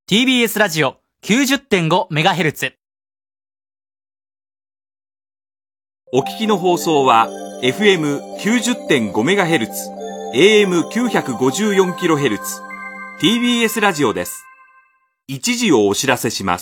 TBS ラジオ 90.5MHz。 お聞きの放送は FM90.5MHz、AM954kHz、TBS ラジオです。一時をお知らせします。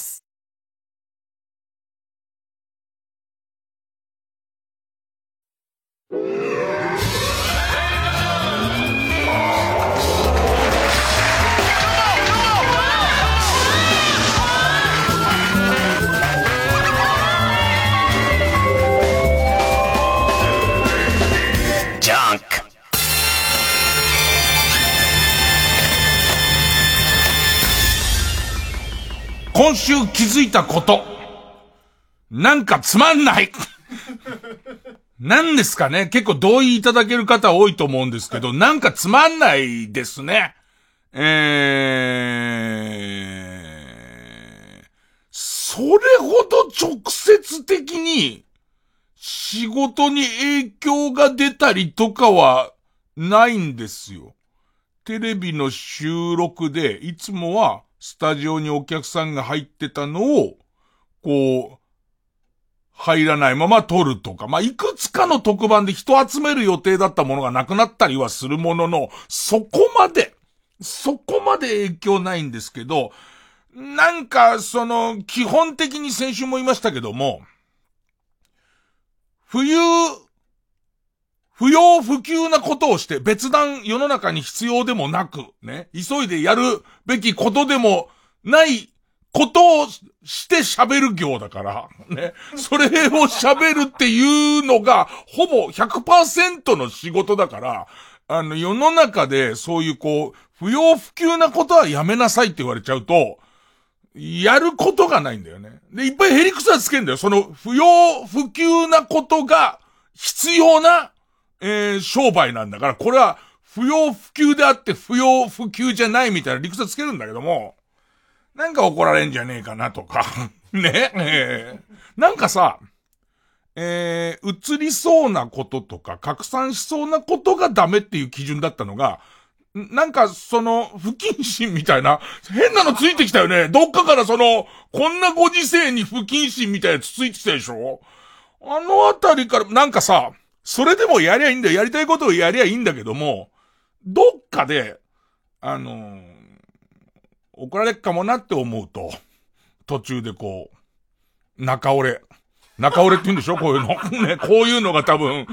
今週気づいたこと。なんかつまんない。なんですかね。結構同意いただける方多いと思うんですけど、なんかつまんないですね。それほど直接的に仕事に影響が出たりとかはないんですよ。テレビの収録でいつもはスタジオにお客さんが入ってたのを、こう、入らないまま撮るとか、いくつかの特番で人集める予定だったものがなくなったりはするものの、そこまで影響ないんですけど、なんか基本的に先週も言いましたけども、不要不急なことをして別段世の中に必要でもなく、ね、急いでやるべきことでもないことをして喋る業だから、ね、それを喋るっていうのがほぼ 100% の仕事だから、世の中でそういう不要不急なことはやめなさいって言われちゃうと、やることがないんだよね。で、いっぱいヘリクツはつけんだよ。その不要不急なことが必要な商売なんだから、これは不要不急であって不要不急じゃないみたいな理屈はつけるんだけども、なんか怒られんじゃねえかなとか、ね、なんかさ、移りそうなこととか拡散しそうなことがダメっていう基準だったのが、なんか不謹慎みたいな、変なのついてきたよね。どっかからこんなご時世に不謹慎みたいなやつついてきたでしょ？あのあたりから、なんかさ、それでもやりゃいいんだよ。やりたいことをやりゃいいんだけども、どっかで、怒られっかもなって思うと、途中で中折れって言うんでしょ？こういうの。ね、こういうのが多分、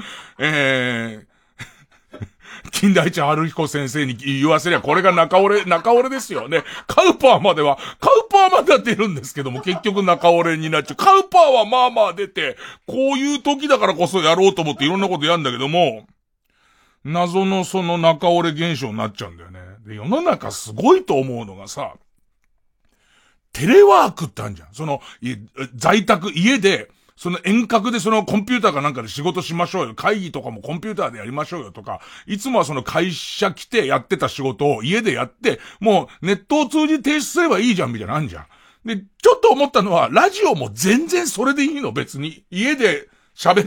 金田一春彦先生に言わせりゃこれが中折れですよね。カウパーまでは出るんですけども、結局中折れになっちゃう。カウパーはまあまあ出て、こういう時だからこそやろうと思っていろんなことやるんだけども、謎の中折れ現象になっちゃうんだよね。で、世の中すごいと思うのがさ、テレワークってあるじゃん。在宅、家で、遠隔でコンピューターかなんかで仕事しましょうよ。会議とかもコンピューターでやりましょうよとか、いつもは会社来てやってた仕事を家でやって、もうネットを通じて提出すればいいじゃんみたいなのあんじゃん。で、ちょっと思ったのは、ラジオも全然それでいいの別に。家で喋って、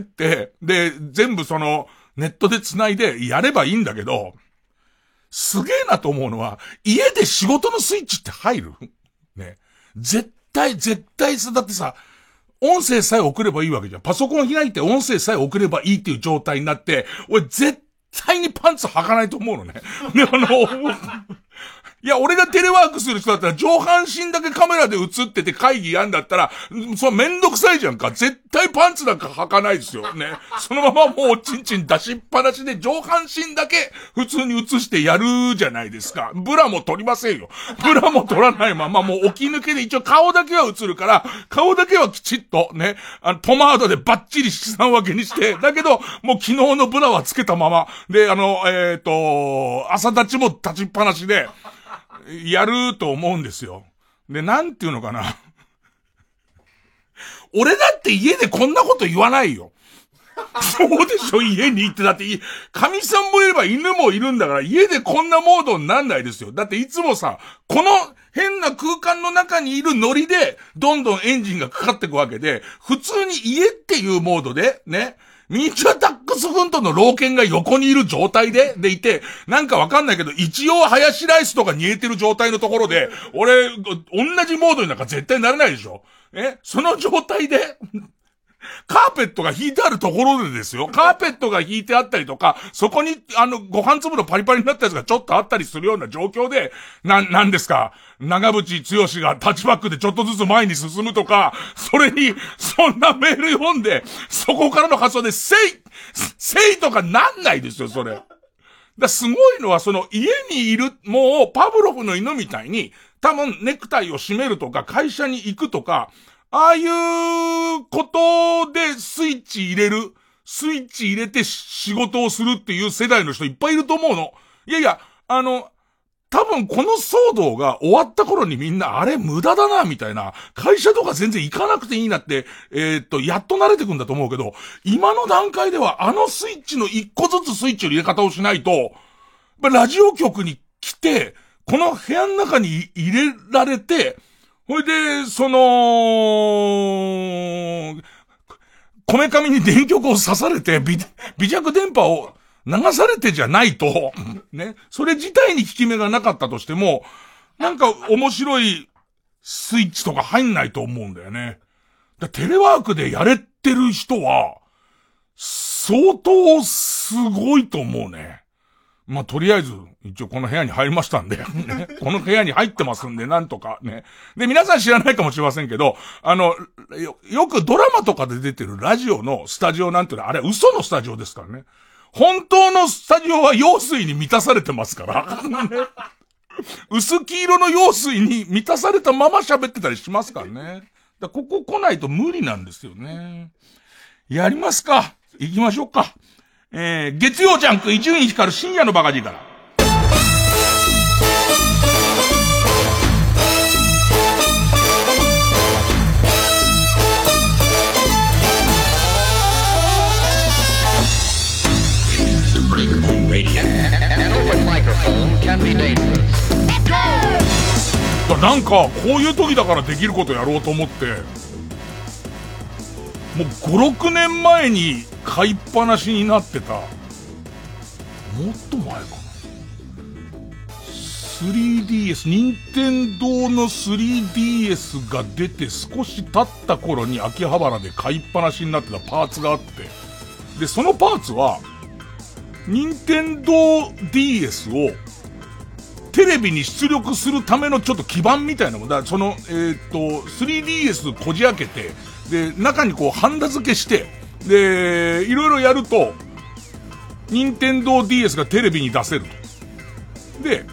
で、全部ネットで繋いでやればいいんだけど、すげえなと思うのは、家で仕事のスイッチって入る？ね。絶対さ、だってさ、音声さえ送ればいいわけじゃん。パソコン開いて音声さえ送ればいいっていう状態になって、俺絶対にパンツ履かないと思うのね。で、いや、俺がテレワークする人だったら上半身だけカメラで映ってて会議やんだったら、それめんどくさいじゃんか。絶対パンツなんか履かないですよ。ね。そのままもうチンチン出しっぱなしで上半身だけ普通に映してやるじゃないですか。ブラも取りませんよ。ブラも取らないままもう起き抜けで一応顔だけは映るから、顔だけはきちっとね、ポマードでバッチリ七三分けにして、だけどもう昨日のブラはつけたまま、で、朝立ちも立ちっぱなしで、やると思うんですよ。で、なんていうのかな。俺だって家でこんなこと言わないよ。そうでしょ、家に行って。だって、神さんもいれば犬もいるんだから、家でこんなモードになんないですよ。だっていつもさ、この変な空間の中にいるノリで、どんどんエンジンがかかっていくわけで、普通に家っていうモードで、ね、ミニチュアダッククスフントの老犬が横にいる状態でいて、なんかわかんないけど、一応ハヤシライスとか煮えてる状態のところで、俺、同じモードになんか絶対なれないでしょ。その状態で、カーペットが引いてあるところでですよ。カーペットが引いてあったりとか、そこに、ご飯粒のパリパリになったやつがちょっとあったりするような状況で、なんですか、長渕剛がタッチバックでちょっとずつ前に進むとか、それに、そんなメール読んで、そこからの発想で、せいとかなんないですよ、それ。すごいのは、その家にいる、もう、パブロフの犬みたいに、多分ネクタイを締めるとか、会社に行くとか、ああいうことでスイッチ入れて仕事をするっていう世代の人いっぱいいると思うの。いやいや、多分この騒動が終わった頃にみんなあれ無駄だな、みたいな。会社とか全然行かなくていいなって、やっと慣れてくんだと思うけど、今の段階ではスイッチの一個ずつスイッチの入れ方をしないと、ラジオ局に来て、この部屋の中に入れられて、ほいで、こめかみに電極を刺されて、微弱電波を流されてじゃないと、ね、それ自体に効き目がなかったとしても、なんか面白いスイッチとか入んないと思うんだよね。テレワークでやれてる人は、相当すごいと思うね。とりあえず、一応この部屋に入りましたんで、ね、この部屋に入ってますんで、なんとかね。で、皆さん知らないかもしれませんけど、よくドラマとかで出てるラジオのスタジオなんていうのは、あれ嘘のスタジオですからね。本当のスタジオは用水に満たされてますから。薄黄色の用水に満たされたまま喋ってたりしますからね。ここ来ないと無理なんですよね。やりますか。行きましょうか。月曜ジャンク伊集院光る深夜のバカ力から。なんかこういう時だからできることやろうと思って、もう5、6年前に買いっぱなしになってた、もっと前かな、3DS、任天堂の 3DS が出て少し経った頃に秋葉原で買いっぱなしになってたパーツがあって、でそのパーツは任天堂 DS をテレビに出力するためのちょっと基板みたいなもんだ。3DS こじ開けて、で中にこうハンダ付けして、でいろいろやると任天堂 DS がテレビに出せると。で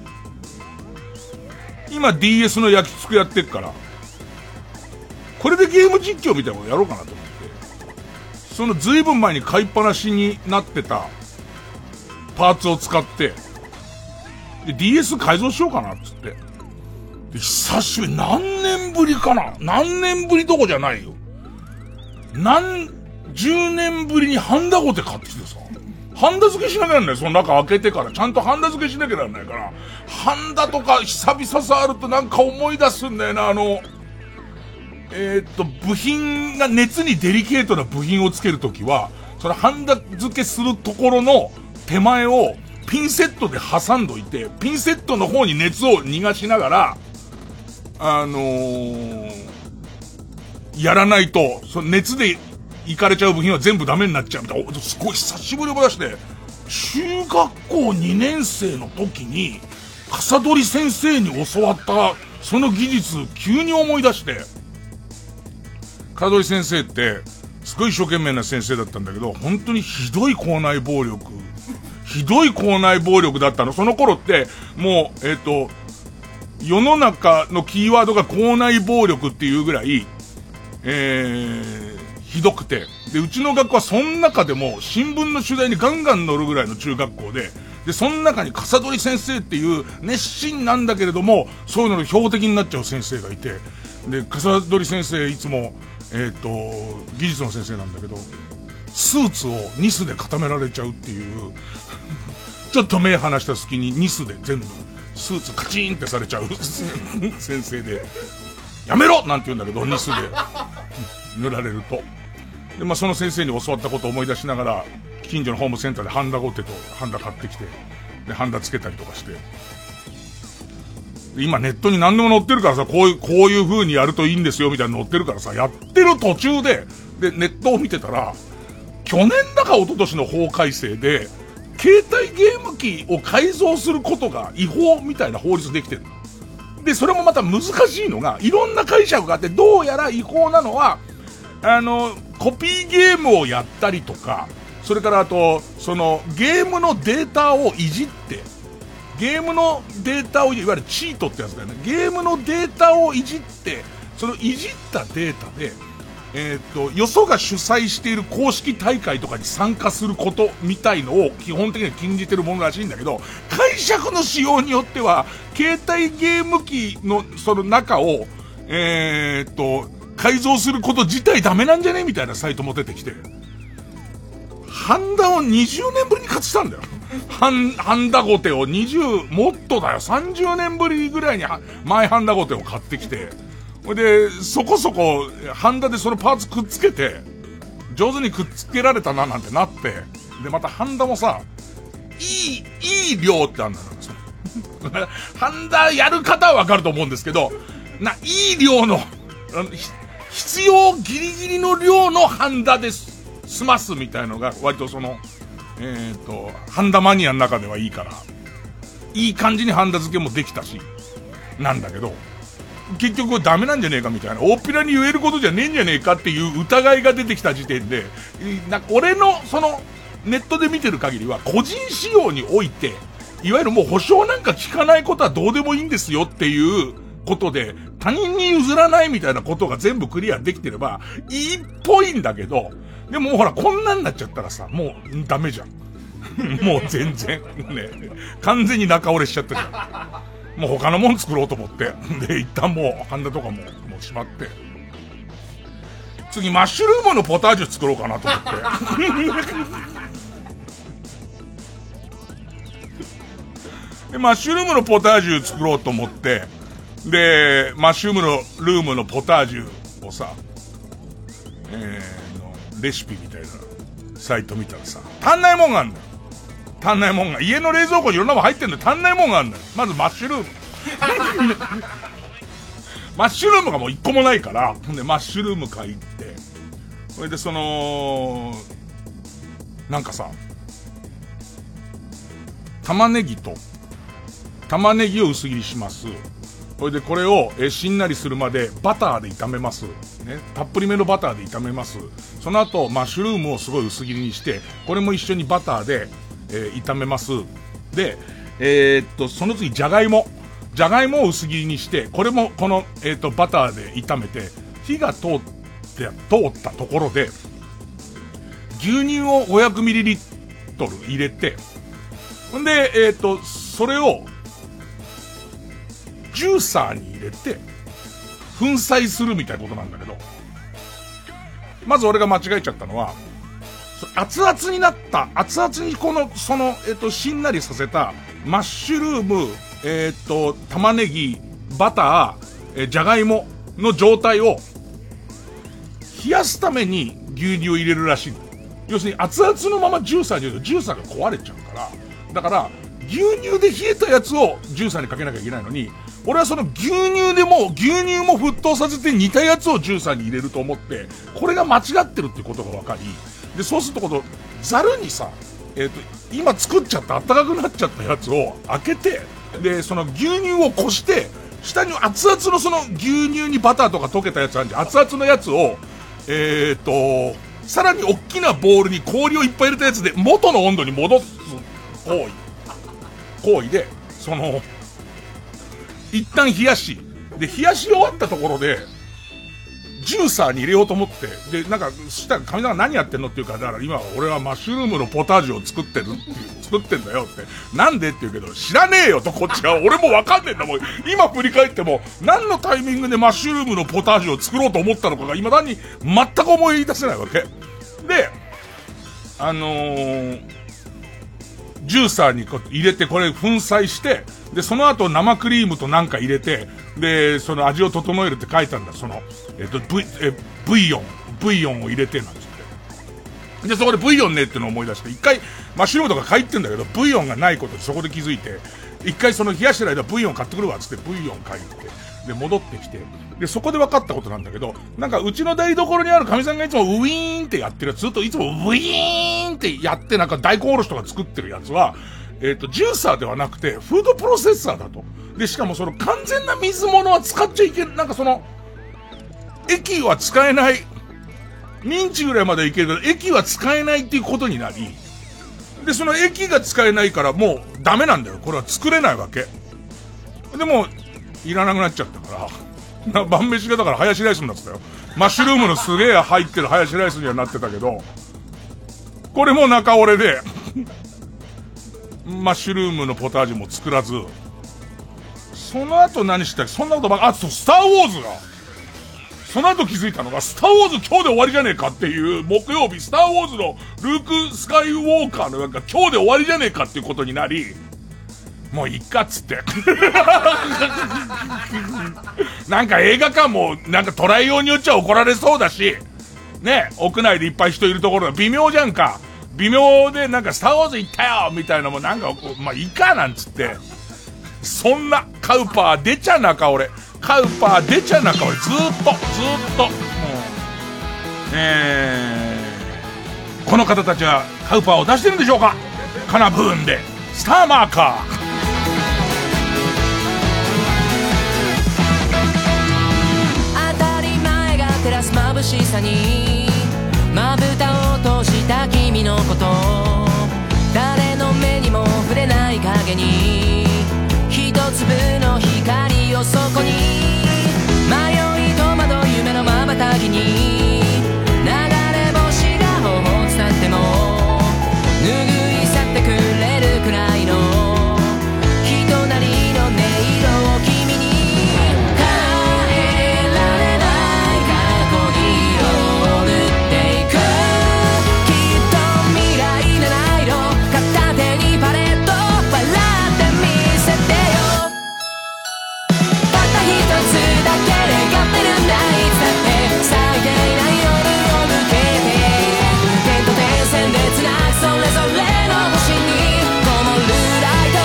今 DS の焼き付けやってっから、これでゲーム実況みたいなことやろうかなと思って、そのずいぶん前に買いっぱなしになってたパーツを使ってで DS 改造しようかなっつって、で久しぶり、何年ぶりかな、何年ぶりどこじゃないよ、10年ぶりにハンダゴテ買ってきてさ、ハンダ付けしなきゃならない。その中開けてからちゃんとハンダ付けしなきゃならないから、ハンダとか久々触るとなんか思い出すんだよな。部品が熱にデリケートな部品をつけるときは、そのハンダ付けするところの手前をピンセットで挟んどいて、ピンセットの方に熱を逃がしながら、やらないと、その熱でいかれちゃう部品は全部ダメになっちゃうみたいな。すごい久しぶり思い出して、中学校2年生の時に、笠取先生に教わった、その技術、急に思い出して、笠取先生って、すごい一生懸命な先生だったんだけど、本当にひどい校内暴力だったの。その頃って、もう、世の中のキーワードが校内暴力っていうぐらい、ひどくて。で、うちの学校はその中でも新聞の取材にガンガン乗るぐらいの中学校で、で、その中に笠取先生っていう熱心なんだけれども、そういうのの標的になっちゃう先生がいて、で、笠取先生いつも、技術の先生なんだけど、スーツをニスで固められちゃうっていう、ちょっと目離した隙にニスで全部、スーツカチーンってされちゃう先生で、やめろなんて言うんだけど、ニスで塗られると。で、その先生に教わったことを思い出しながら、 近所のホームセンターでハンダゴテとハンダ買ってきて、で、ハンダつけたりとかして。今ネットに何でも載ってるからさ、こういう風にやるといいんですよみたいなの載ってるからさ、やってる途中で、で、ネットを見てたら、去年だか一昨年の法改正で、携帯ゲーム機を改造することが違法みたいな法律できてる。で、それもまた難しいのが、いろんな解釈があって、どうやら違法なのは、コピーゲームをやったりとか、それからあと、ゲームのデータをいじって、ゲームのデータを、いわゆるチートってやつだよね。ゲームのデータをいじって、そのいじったデータで、よそが主催している公式大会とかに参加することみたいのを基本的には禁じてるものらしいんだけど、解釈の仕様によっては、携帯ゲーム機のその中を、改造すること自体ダメなんじゃねみたいなサイトも出てきて、ハンダを20年ぶりに勝ちしたんだよ。ハンダゴテをもっとだよ、30年ぶりぐらいにマイハンダゴテを買ってきて、で、そこそこ、ハンダでそのパーツくっつけて、上手にくっつけられたななんてなって、で、またハンダもさ、いい量ってあるんだよ。ハンダやる方はわかると思うんですけど、いい量の、必要ギリギリの量のハンダで済ますみたいのが、割とハンダマニアの中ではいいから、いい感じにハンダ付けもできたし、なんだけど、結局ダメなんじゃねえかみたいな、大っぴらに言えることじゃねえんじゃねえかっていう疑いが出てきた時点で、俺のネットで見てる限りは、個人仕様において、いわゆるもう保証なんか聞かないことはどうでもいいんですよっていうことで、他人に譲らないみたいなことが全部クリアできてれば、いいっぽいんだけど、でもほら、こんなんなっちゃったらさ、もうダメじゃん。もう全然、ね、完全に中折れしちゃったじゃん。もう他のもん作ろうと思って。で、一旦もう、ハンダとかもうしまって。次、マッシュルームのポタージュ作ろうかなと思って。で、マッシュルームのポタージュ作ろうと思って、で、マッシュルームのポタージュをさ、レシピみたいなサイト見たらさ、足んないもんがあるんだよ。足んないもんが。家の冷蔵庫にいろんなもん入ってんだよ。足んないもんがあるんだよ。まずマッシュルーム。マッシュルームがもう一個もないから、で、マッシュルーム買いって、それでなんかさ、玉ねぎを薄切りします。それでこれをしんなりするまでバターで炒めます。ね。たっぷりめのバターで炒めます。その後、マッシュルームをすごい薄切りにして、これも一緒にバターで、炒めます。で、その次、じゃがいもを薄切りにして、これもこの、バターで炒めて、火が通ったところで、牛乳を 500ml 入れて、んで、それを、ジューサーに入れて、粉砕するみたいなことなんだけど、まず俺が間違えちゃったのは、熱々にしんなりさせた、マッシュルーム、玉ねぎ、バター、じゃがいもの状態を、冷やすために牛乳を入れるらしい。要するに熱々のままジューサーに入れるとジューサーが壊れちゃうから、だから、牛乳で冷えたやつをジューサーにかけなきゃいけないのに、俺はその牛乳も沸騰させて煮たやつをジューサーに入れると思って、これが間違ってるってことが分かり、で、そうするとザルにさ、今作っちゃった暖かくなっちゃったやつを開けて、で、その牛乳をこして、下に熱々のその牛乳にバターとか溶けたやつあるんで、熱々のやつを、さらに大きなボウルに氷をいっぱい入れたやつで元の温度に戻す行為で、一旦冷やし、で、冷やし終わったところで、ジューサーに入れようと思って、で、なんか、そしたら神田が何やってんのっていうか、だから今俺はマッシュルームのポタージュを作ってんだよって、なんでって言うけど、知らねえよとこっちは、俺もわかんねえんだもん。今振り返っても、何のタイミングでマッシュルームのポタージュを作ろうと思ったのかが未だに全く思い出せないわけ。で、ジューサーに入れてこれ粉砕して、で、その後生クリームとなんか入れて、で、その味を整えるって書いたんだ。ブイヨンを入れてなんつって。 で、そこでブイヨンねってのを思い出して、一回、マッシュルームとか買いってんだけど、ブイヨンがないことでそこで気づいて、一回その冷やしてる間ブイヨン買ってくるわ、つってブイヨン買いに行って、で、戻ってきて、で、そこで分かったことなんだけど、なんかうちの台所にある神さんがいつもウィーンってやってるやつ、ずっといつもウィーンってやって、なんか大根おろしとか作ってるやつは、ジューサーではなくて、フードプロセッサーだと。で、しかもその完全な水物は使っちゃいけない、なんかその、液は使えない、ミンチぐらいまでいけるけど、液は使えないっていうことになり、で、その液が使えないからもうダメなんだよ。これは作れないわけ。でも、いらなくなっちゃったから、晩飯がだからハヤシライスになってたよ。マッシュルームのすげえ入ってるハヤシライスにはなってたけど、これも中折れで、マッシュルームのポタージュも作らず、その後何したっけ、そんなことばっか、あとスターウォーズが、その後気づいたのが、スターウォーズ今日で終わりじゃねえかっていう、木曜日、スターウォーズのルーク・スカイウォーカーのなんか今日で終わりじゃねえかっていうことになり、もういっかっつって。なんか映画館も、なんか捉えようによっちゃ怒られそうだし、ね、屋内でいっぱい人いるところが微妙じゃんか。微妙でなんかスターウォーズ行ったよみたいなもんなんか、まあいいかなんつって。そんな、カウパー出ちゃ中俺。カウパー出ちゃ中俺。ずーっと。この方たちはカウパーを出してるんでしょうか。カナブーンで、スターマーカー。 当たり前が照らす眩しさにまぶたを閉じた君のこと、誰の目にも触れない影に一粒の光をそこに迷い戸惑い夢の瞬きに流れ星が頬を伝っても拭い去ってくれるくらいの人なりの音色を君に変えられない過去に色を塗っていく、きっと未来七色片手にパレット笑ってみせてよ、たった一つだけで勝ってるんだ、いつだって咲いていない夜を抜けて点と点線でつなぐそれぞれの星に灯るライト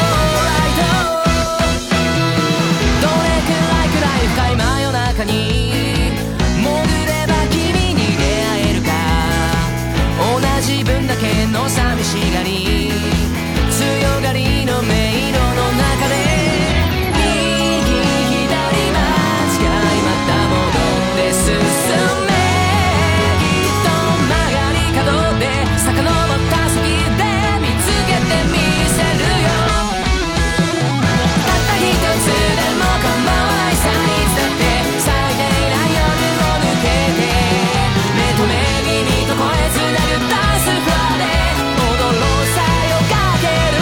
どれくらい深い真夜中に潜れば君に出会えるか、同じ分だけの寂しがり強がりの迷路の中で右左間違いまた戻って進め、きっと曲がり角で遡った先で見つけてみせるよ、たった一つでも構わないさ、いつだって咲いていない夜を抜けて目と目耳と声つなぐダンスフロアで踊ろうさよかける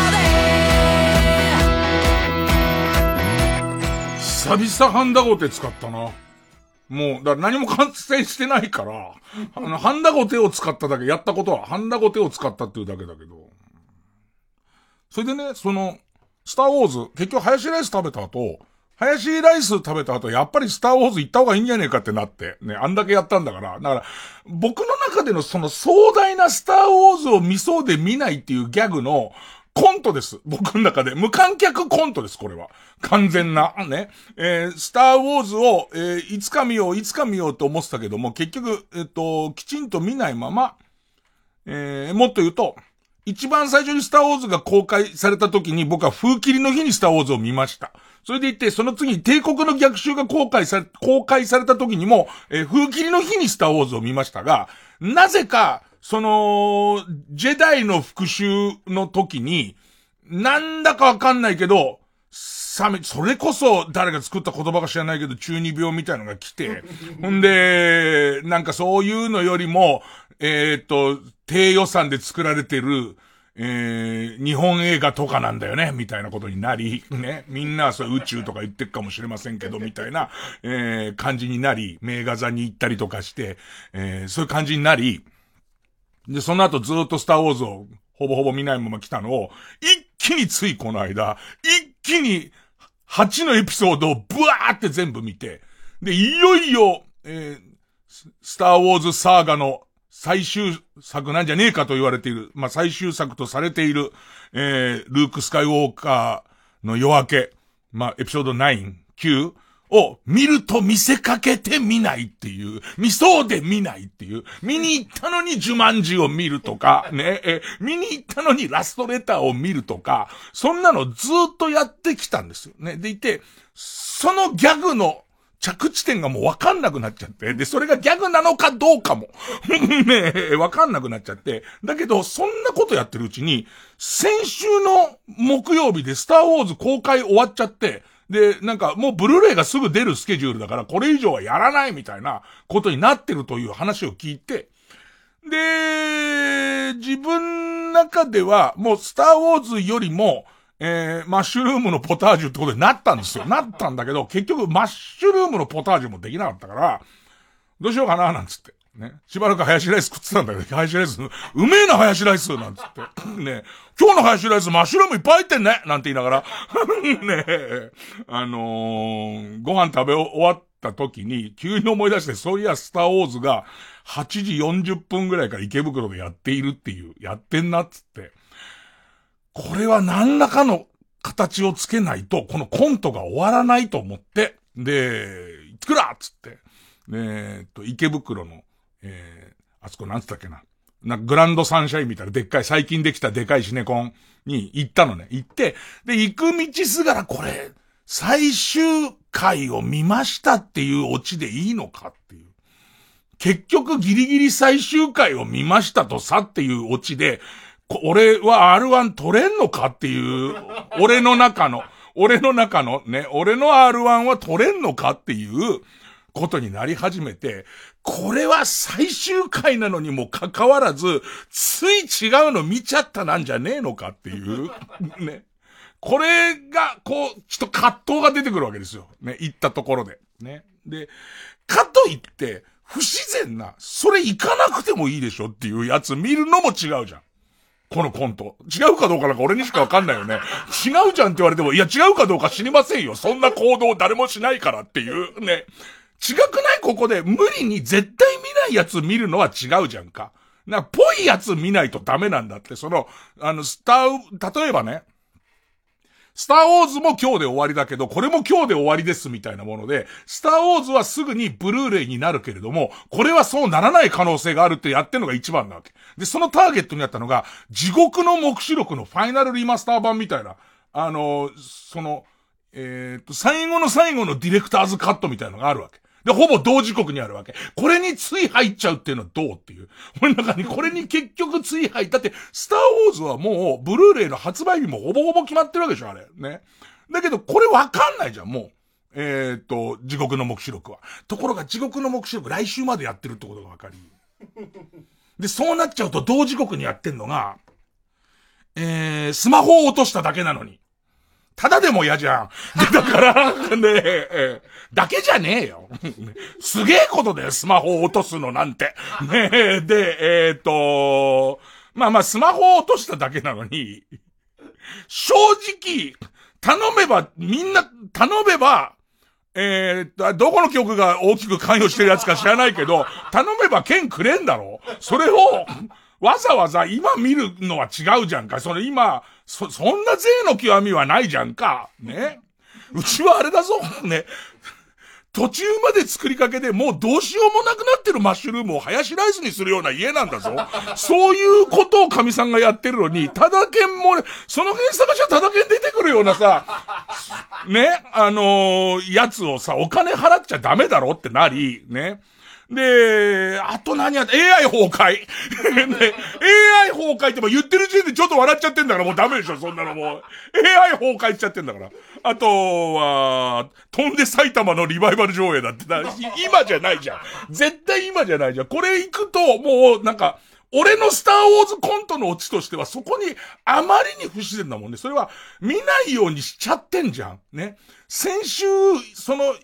まで。 久々ハンダゴテ使ったな。もう、だから何も完成してないから、ハンダゴテを使っただけ、やったことはハンダゴテを使ったっていうだけだけど。それでね、スターウォーズ、結局ハヤシライス食べた後、ハヤシライス食べた後、やっぱりスターウォーズ行った方がいいんじゃねえかってなって、ね、あんだけやったんだから。だから、僕の中でのその壮大なスターウォーズを見そうで見ないっていうギャグのコントです。僕の中で。無観客コントです、これは。完全な、ね。スターウォーズを、いつか見ようと思ってたけども、結局、きちんと見ないまま、もっと言うと、一番最初にスターウォーズが公開された時に僕は風切りの日にスターウォーズを見ました。それでいて、その次に帝国の逆襲が公開された時にも、風切りの日にスターウォーズを見ましたが、なぜか、ジェダイの復讐の時に、なんだかわかんないけど、それこそ誰が作った言葉か知らないけど、中二病みたいのが来て、ほんで、なんかそういうのよりも、低予算で作られてる、日本映画とかなんだよね、みたいなことになり、ね、みんなはそう宇宙とか言ってるかもしれませんけど、みたいな、感じになり、名画座に行ったりとかして、そういう感じになり、で、その後ずっとスターウォーズをほぼほぼ見ないまま来たのを、一気についこの間、一気に8のエピソードをブワーって全部見て、で、いよいよ、スターウォーズサーガの最終作なんじゃねえかと言われている、まあ、最終作とされている、ルーク・スカイウォーカーの夜明け、まあ、エピソード9、9を見ると見せかけて見ないっていう、見そうで見ないっていう、見に行ったのにジュマンジを見るとか、ね、見に行ったのにラストレターを見るとか、そんなのずっとやってきたんですよね。でいて、そのギャグの着地点がもうわかんなくなっちゃって、で、それがギャグなのかどうかも、ね、わかんなくなっちゃって、だけど、そんなことやってるうちに、先週の木曜日でスターウォーズ公開終わっちゃって、で、なんかもうブルーレイがすぐ出るスケジュールだからこれ以上はやらないみたいなことになってるという話を聞いて、で、自分の中ではもうスターウォーズよりも、マッシュルームのポタージュってことになったんですよ。なったんだけど、結局マッシュルームのポタージュもできなかったから、どうしようかななんつって。ね。しばらくハヤシライス食ってたんだけど、ハヤシライス、うめえなハヤシライスなんつって。ね。今日のハヤシライスマッシュルームいっぱい入ってんねなんて言いながら。ね。ご飯食べ終わった時に、急に思い出して、そういやスターウォーズが8時40分ぐらいから池袋でやっているっていう、やってんなっつって。これは何らかの形をつけないと、このコントが終わらないと思って、で、行ってくらっつって。池袋の、あそこなんつったっけな。グランドサンシャインみたいなでっかい、最近できたでかいシネコンに行ったのね。行って、で、行く道すがらこれ、最終回を見ましたっていうオチでいいのかっていう。結局ギリギリ最終回を見ましたとさっていうオチで、俺は R1 取れんのかっていう、俺の中のね、俺の R1 は取れんのかっていうことになり始めて、これは最終回なのにもかかわらず、つい違うの見ちゃったなんじゃねえのかっていう、ね。これが、こう、ちょっと葛藤が出てくるわけですよ。ね、言ったところで。ね。で、かといって、不自然な、それ行かなくてもいいでしょっていうやつ見るのも違うじゃん。このコント。違うかどうかなんか俺にしかわかんないよね。違うじゃんって言われても、いや違うかどうか知りませんよ。そんな行動誰もしないからっていうね。違くないここで無理に絶対見ないやつ見るのは違うじゃんか。ぽいやつ見ないとダメなんだって。例えばね、スターウォーズも今日で終わりだけど、これも今日で終わりですみたいなもので、スターウォーズはすぐにブルーレイになるけれども、これはそうならない可能性があるってやってるのが一番なわけ。で、そのターゲットにあったのが、地獄の目視録のファイナルリマスター版みたいな、最後の最後のディレクターズカットみたいなのがあるわけ。で、ほぼ同時刻にあるわけ。これについ入っちゃうっていうのはどうっていう。俺の中にこれに結局つい入ったって、スターウォーズはもう、ブルーレイの発売日もほぼほぼ決まってるわけでしょ、あれ。ね。だけど、これわかんないじゃん、もう。地獄の目視録は。ところが、地獄の目視録来週までやってるってことがわかり。で、そうなっちゃうと同時刻にやってんのが、スマホを落としただけなのに。ただでも嫌じゃん。だから、ねだけじゃねえよ。すげえことだよ、スマホを落とすのなんて。ねえ、で、まあ、スマホを落としただけなのに、正直、みんな頼めば、どこの局が大きく関与してるやつか知らないけど、頼めば券くれんだろ？それを、わざわざ今見るのは違うじゃんか。そんな税の極みはないじゃんか。ね。うちはあれだぞ。ね。途中まで作りかけでもうどうしようもなくなってるマッシュルームをハヤシライスにするような家なんだぞ。そういうことを神さんがやってるのに、ただ券もその辺探しはただ券出てくるようなさ、ね、やつをさ、お金払っちゃダメだろってなり、ね。で、あと何やって、AI 崩壊。ね、AI 崩壊って言ってる時点でちょっと笑っちゃってんだからもうダメでしょ、そんなのもう。AI 崩壊しちゃってんだから。あとは、飛んで埼玉のリバイバル上映だって今じゃないじゃん。絶対今じゃないじゃん。これ行くと、もうなんか、俺のスターウォーズコントのオチとしてはそこにあまりに不自然なもんね。それは見ないようにしちゃってんじゃん。ね。先週、その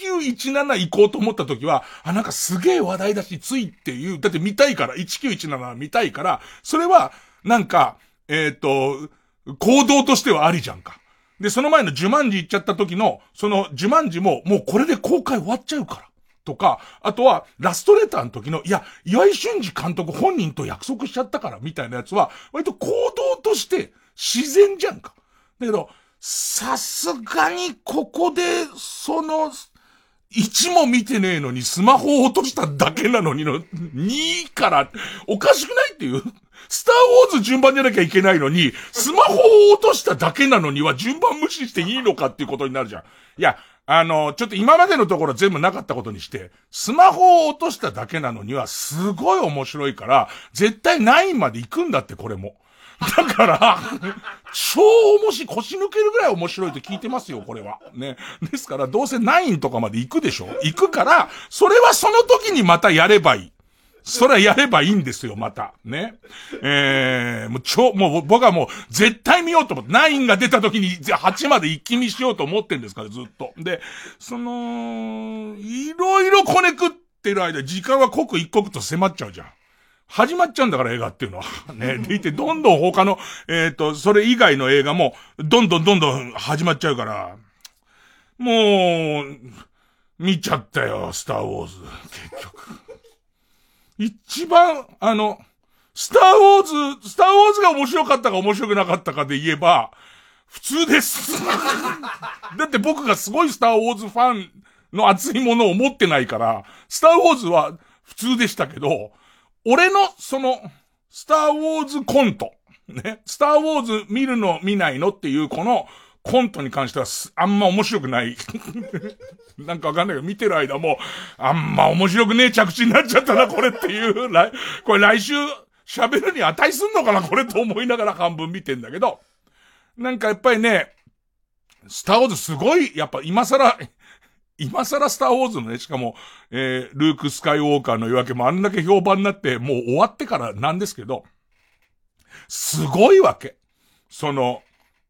1917行こうと思った時は、なんかすげえ話題だし、ついっていう、だって見たいから、1917見たいから、それは、なんか、行動としてはありじゃんか。で、その前のジュマンジ行っちゃった時の、そのジュマンジも、もうこれで公開終わっちゃうから。 とか、あとは、ラストレターの時の、いや、岩井俊二監督本人と約束しちゃったから、みたいなやつは、割と行動として自然じゃんか。だけど、さすがにここで、1も見てねえのにスマホを落としただけなのにの、2からおかしくないっていう。スターウォーズ順番じゃなきゃいけないのに、スマホを落としただけなのには順番無視していいのかっていうことになるじゃん。いや、ちょっと今までのところ全部なかったことにして、スマホを落としただけなのにはすごい面白いから、絶対9まで行くんだってこれも。だから、超面白い、腰抜けるぐらい面白いと聞いてますよ、これは。ね。ですから、どうせ9とかまで行くでしょ？行くから、それはその時にまたやればいい。それはやればいいんですよ、また。ね。もう僕はもう絶対見ようと思って、9が出た時に8まで一気見しようと思ってんですから、ずっと。で、いろいろこねくってる間、時間は刻一刻と迫っちゃうじゃん。始まっちゃうんだから映画っていうのは。ね。でいて、どんどん他の、それ以外の映画も、どんどん始まっちゃうから、もう、見ちゃったよ、スターウォーズ。結局。一番、スターウォーズが面白かったか面白くなかったかで言えば、普通です。だって僕がすごいスターウォーズファンの熱いものを持ってないから、スターウォーズは普通でしたけど、俺の、スターウォーズコント。ね。スターウォーズ見るの見ないのっていうこのコントに関してはあんま面白くない。なんかわかんないけど、見てる間も、あんま面白くねえ着地になっちゃったな、これっていう。これ来週喋るに値すんのかな、これと思いながら半分見てんだけど。なんかやっぱりね、スターウォーズすごい、やっぱ今更スターウォーズのね、しかも、ルーク・スカイウォーカーの夜明けもあんだけ評判になって、もう終わってからなんですけど、すごいわけ。も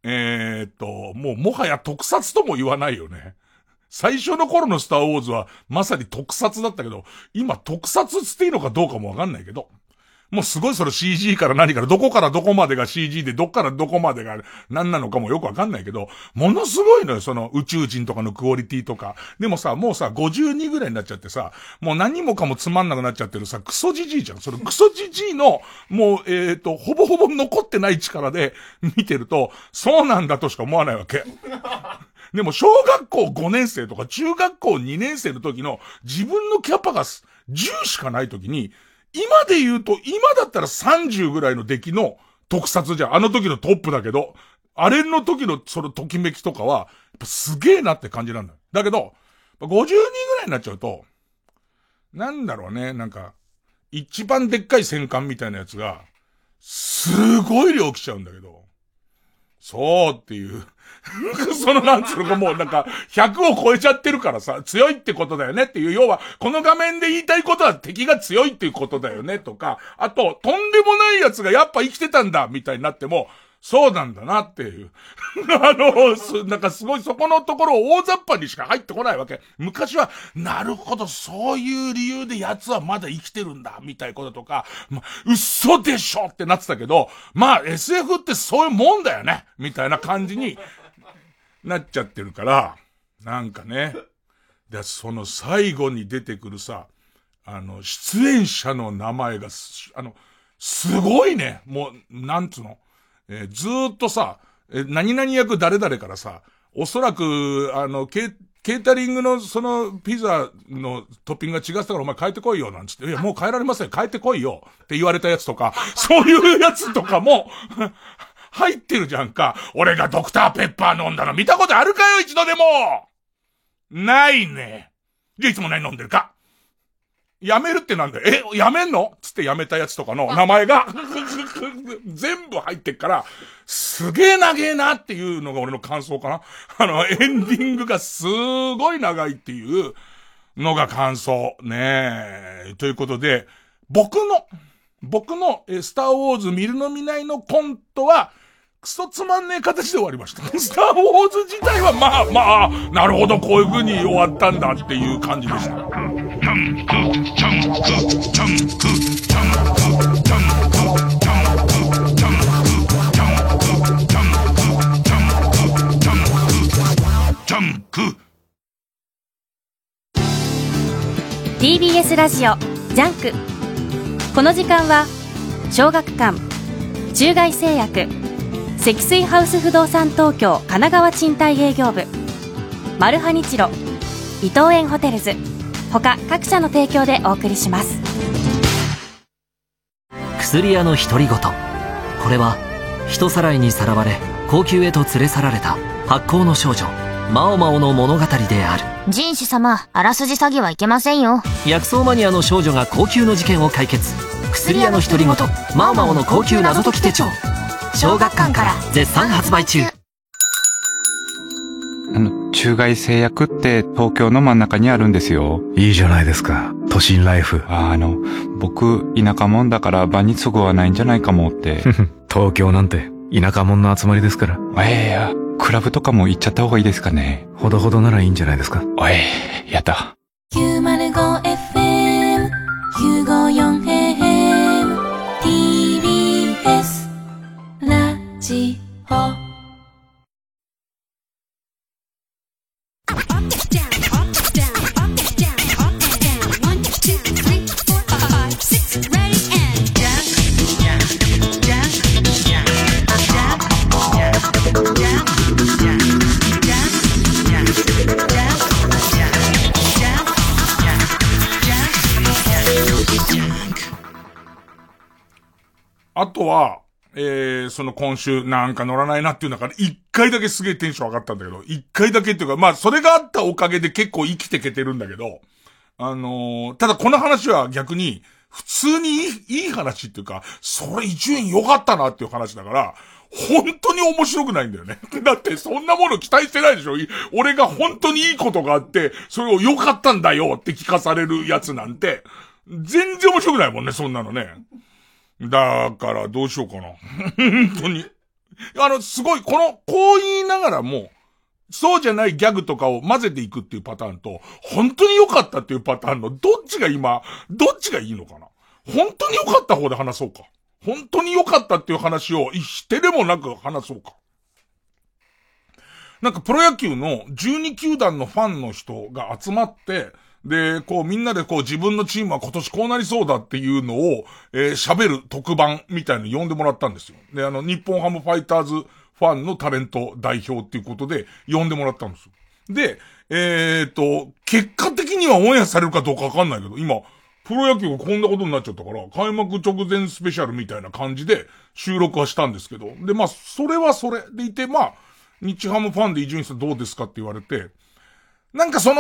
はや特撮とも言わないよね。最初の頃のスターウォーズはまさに特撮だったけど、今特撮つっていいのかどうかもわかんないけど、もうすごいCG から何から、どこからどこまでが CG で、どっからどこまでが何なのかもよくわかんないけど、ものすごいのよ、宇宙人とかのクオリティとか。でもさ、もうさ、52ぐらいになっちゃってさ、もう何もかもつまんなくなっちゃってるさ、クソジジイじゃん。そのクソジジイの、もう、ほぼほぼ残ってない力で見てると、そうなんだとしか思わないわけ。でも、小学校5年生とか中学校2年生の時の自分のキャパが10しかない時に、今で言うと、今だったら30ぐらいの出来の特撮じゃん。あの時のトップだけど、あれの時のときめきとかは、やっぱすげえなって感じなんだよ。だけど、52ぐらいになっちゃうと、なんだろうね、なんか、一番でっかい戦艦みたいなやつが、すごい量来ちゃうんだけど、そうっていう。なんつうのかもうなんか、100を超えちゃってるからさ、強いってことだよねっていう、要は、この画面で言いたいことは敵が強いっていうことだよねとか、あと、とんでもないやつがやっぱ生きてたんだみたいになっても、そうなんだなっていう。なんかすごいそこのところ大雑把にしか入ってこないわけ。昔は、なるほど、そういう理由で奴はまだ生きてるんだ、みたいなこととか、嘘でしょってなってたけど、SF ってそういうもんだよね、みたいな感じになっちゃってるから、なんかね。で、最後に出てくるさ、出演者の名前が、すごいね。もう、なんつうの。ずーっとさ、何々役誰々からさ、おそらく、ケータリングのピザのトッピングが違ってたからお前変えてこいよ、なんつって。いや、もう変えられません。変えてこいよ。って言われたやつとか、そういうやつとかも、入ってるじゃんか。俺がドクターペッパー飲んだの見たことあるかよ、一度でも。ないね。じゃあいつも何飲んでるか。やめるってなんだよ。やめんのつってやめたやつとかの名前が全部入ってっから、すげえ長えなっていうのが俺の感想かな。エンディングがすごい長いっていうのが感想。ねえ。ということで、僕のスターウォーズ見るの見ないのコントは、クソつまんねえ形で終わりました。スターウォーズ自体はまあ、なるほど、こういう風に終わったんだっていう感じでした。 TBS ラジオジャンク。この時間は小学館、中外製薬、積水ハウス不動産東京神奈川賃貸営業部、マルハニチロ、伊東園ホテルズ他各社の提供でお送りします。 薬屋の独り言。これは人さらいにさらわれ高級へと連れ去られた発酵の少女マオマオの物語である。 人種様、あらすじ詐欺はいけませんよ。 薬草マニアの少女が高級の事件を解決。薬屋の独り言マオマオの高級謎解き手帳、小学館から絶賛発売中。 中外製薬って東京の真ん中にあるんですよ。 いいじゃないですか、都心ライフ。 僕田舎者だから場に都合はないんじゃないかもって東京なんて田舎者の集まりですから。 クラブとかも行っちゃった方がいいですかね。 ほどほどならいいんじゃないですか。 やだ。 905FM 954AM TBS ラジオ。 あとは、その今週なんか乗らないなっていう中で一回だけすげえテンション上がったんだけど、一回だけっていうか、まあそれがあったおかげで結構生きてけてるんだけど、ただこの話は逆に普通にいい話っていうか、それ伊集院良かったなっていう話だから、本当に面白くないんだよね。だってそんなもの期待してないでしょ。俺が本当にいいことがあって、それを良かったんだよって聞かされるやつなんて、全然面白くないもんね、そんなのね。だからどうしようかな。本当に。すごい、こう言いながらも、そうじゃないギャグとかを混ぜていくっていうパターンと、本当に良かったっていうパターンのどっちがいいのかな。本当に良かった方で話そうか。本当に良かったっていう話をしてでもなく話そうか。なんかプロ野球の12球団のファンの人が集まって、で、みんなで自分のチームは今年こうなりそうだっていうのを、喋る特番みたいに呼んでもらったんですよ。で、日本ハムファイターズファンのタレント代表っていうことで呼んでもらったんですよ。で、結果的にはオンエアされるかどうかわかんないけど、今、プロ野球がこんなことになっちゃったから、開幕直前スペシャルみたいな感じで収録はしたんですけど、で、まあ、それはそれでいて、まあ、日ハムファンで伊集院さんどうですかって言われて、なんか僕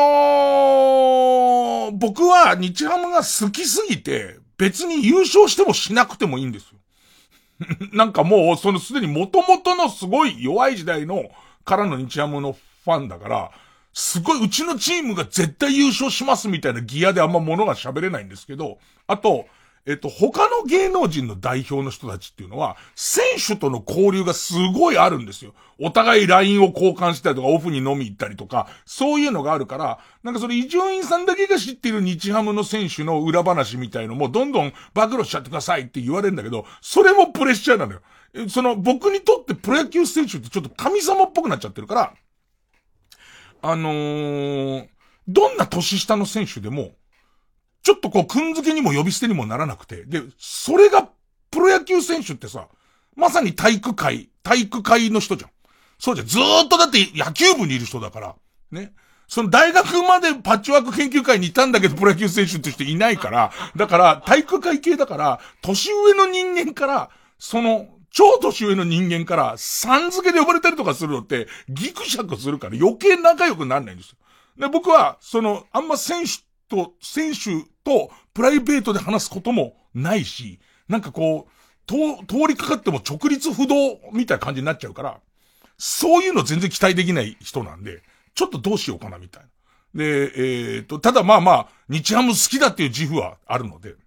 は日ハムが好きすぎて、別に優勝してもしなくてもいいんですよ。なんかもう、すでに元々のすごい弱い時代からの日ハムのファンだから、すごいうちのチームが絶対優勝しますみたいなギアであんま物が喋れないんですけど、あと、他の芸能人の代表の人たちっていうのは、選手との交流がすごいあるんですよ。お互い LINE を交換したりとか、オフに飲み行ったりとか、そういうのがあるから、なんかそれ伊集院さんだけが知っている日ハムの選手の裏話みたいのもどんどん暴露しちゃってくださいって言われるんだけど、それもプレッシャーなのよ。僕にとってプロ野球選手ってちょっと神様っぽくなっちゃってるから、どんな年下の選手でも、ちょっとくんづけにも呼び捨てにもならなくて。で、それが、プロ野球選手ってさ、まさに体育会の人じゃん。そうじゃん。ずーっとだって野球部にいる人だから。ね。その大学までパッチワーク研究会にいたんだけど、プロ野球選手としていないから、だから体育会系だから、年上の人間から、超年上の人間から、さん付けで呼ばれたりとかするのって、ギクシャクするから余計仲良くならないんですよ。で、僕は、あんま選手とプライベートで話すこともないし、なんか通りかかっても直立不動みたいな感じになっちゃうから、そういうの全然期待できない人なんで、ちょっとどうしようかなみたいな。で、ただまあまあ、日ハム好きだっていう自負はあるので、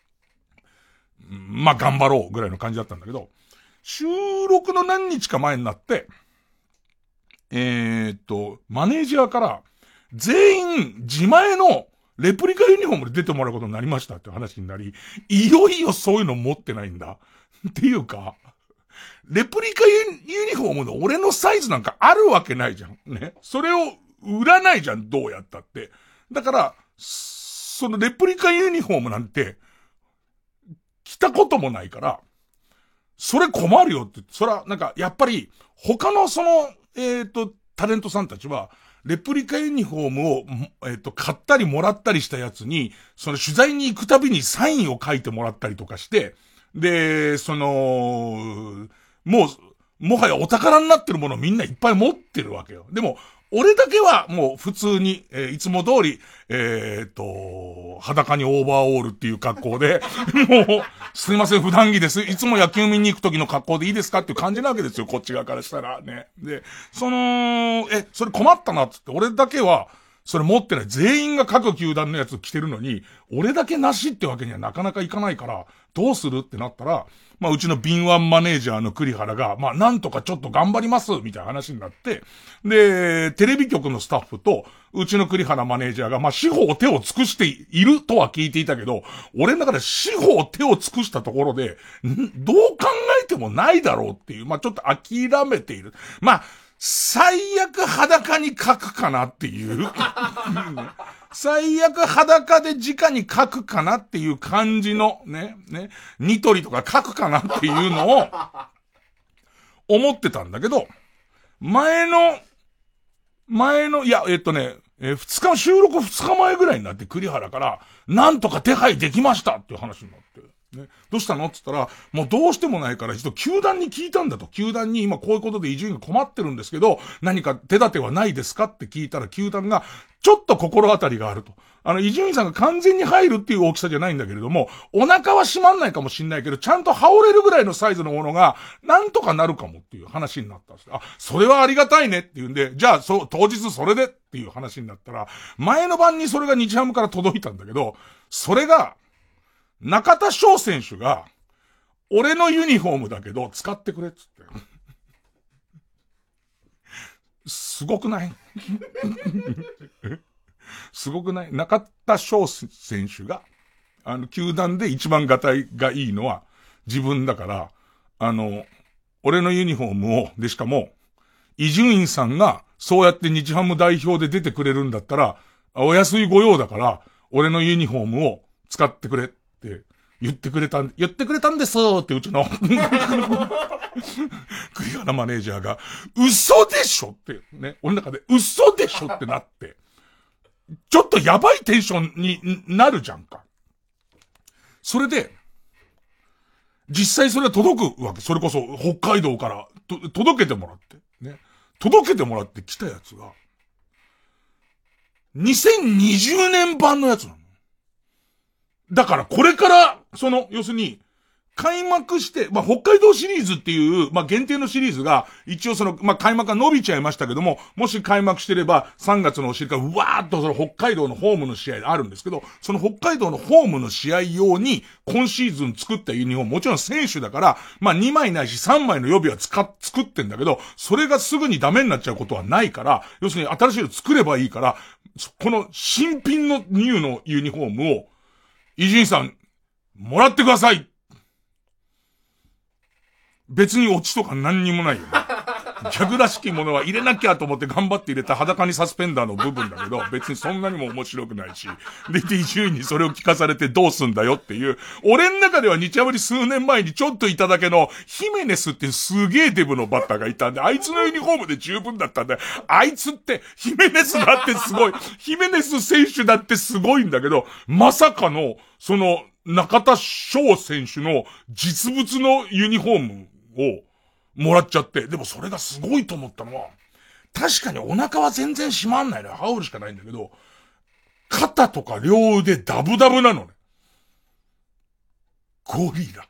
まあ頑張ろうぐらいの感じだったんだけど、収録の何日か前になって、マネージャーから、全員自前のレプリカユニフォームで出てもらうことになりましたって話になり、いよいよそういうの持ってないんだ。っていうか、レプリカユニフォームの俺のサイズなんかあるわけないじゃん。ね。それを売らないじゃん、どうやったって。だから、 そのレプリカユニフォームなんて、着たこともないから、それ困るよって、それはなんか、やっぱり、他のその、タレントさんたちは、レプリカユニフォームを、買ったりもらったりしたやつに、その取材に行くたびにサインを書いてもらったりとかして、で、もはやお宝になってるものをみんないっぱい持ってるわけよ。でも、俺だけはもう普通に、いつも通り、裸にオーバーオールっていう格好で、もう、すいません、普段着です。いつも野球見に行く時の格好でいいですかっていう感じなわけですよ、こっち側からしたらね。で、それ困ったなっつって、俺だけは、それ持ってない。全員が各球団のやつ着てるのに、俺だけなしってわけにはなかなかいかないから、どうするってなったら、まあうちの敏腕マネージャーの栗原が、まあなんとかちょっと頑張ります、みたいな話になって、で、テレビ局のスタッフと、うちの栗原マネージャーが、まあ四方手を尽くしているとは聞いていたけど、俺の中で四方手を尽くしたところで、どう考えてもないだろうっていう、まあちょっと諦めている。まあ、最悪裸に書くかなっていう。最悪裸で直に書くかなっていう感じのニトリとか書くかなっていうのを思ってたんだけど、前の、いや、収録2日前ぐらいになって栗原から、なんとか手配できましたっていう話になって。ね、どうしたのって言ったら、もうどうしてもないから一度球団に聞いたんだと。球団に今こういうことで伊集院が困ってるんですけど、何か手立てはないですかって聞いたら、球団がちょっと心当たりがあると。伊集院さんが完全に入るっていう大きさじゃないんだけれども、お腹は閉まんないかもしんないけど、ちゃんと羽織れるぐらいのサイズのものが、なんとかなるかもっていう話になったんです。あ、それはありがたいねっていうんで、じゃあ当日それでっていう話になったら、前の晩にそれが日ハムから届いたんだけど、それが、中田翔選手が、俺のユニフォームだけど使ってくれっつって。すごくないすごくない中田翔選手が、球団で一番ガタイがいいのは自分だから、俺のユニフォームを、でしかも、伊集院さんがそうやって日ハム代表で出てくれるんだったら、お安い御用だから、俺のユニフォームを使ってくれって言ってくれたんですってうちの栗原マネージャーが、嘘でしょってね、俺の中で嘘でしょってなって、ちょっとやばいテンションになるじゃんか。それで、実際それが届くわけ。それこそ北海道から届けてもらって、ね。届けてもらって来たやつが、2020年版のやつなの。だからこれから、要するに、開幕して、北海道シリーズっていう、限定のシリーズが、一応開幕が伸びちゃいましたけども、もし開幕してれば、3月のお尻から、うわーっと北海道のホームの試合あるんですけど、その北海道のホームの試合用に、今シーズン作ったユニフォーム、もちろん選手だから、2枚ないし3枚の予備は作ってんだけど、それがすぐにダメになっちゃうことはないから、要するに新しいの作ればいいから、この新品のニューのユニフォームを、伊集院さん、もらってください。別にオチとか何にもないよね。ギャグらしきものは入れなきゃと思って頑張って入れた裸にサスペンダーの部分だけど、別にそんなにも面白くないし。で、伊集院にそれを聞かされてどうすんだよっていう。俺の中では日ハムに数年前にちょっといただけのヒメネスっていうすげえデブのバッターがいたんで、あいつのユニフォームで十分だったんで、あいつってヒメネスだってすごい、ヒメネス選手だってすごいんだけど、まさかの、中田翔選手の実物のユニフォームをもらっちゃって、でもそれがすごいと思ったのは、確かにお腹は全然閉まんないのよ。羽織るしかないんだけど、肩とか両腕ダブダブなのね。ゴリラ。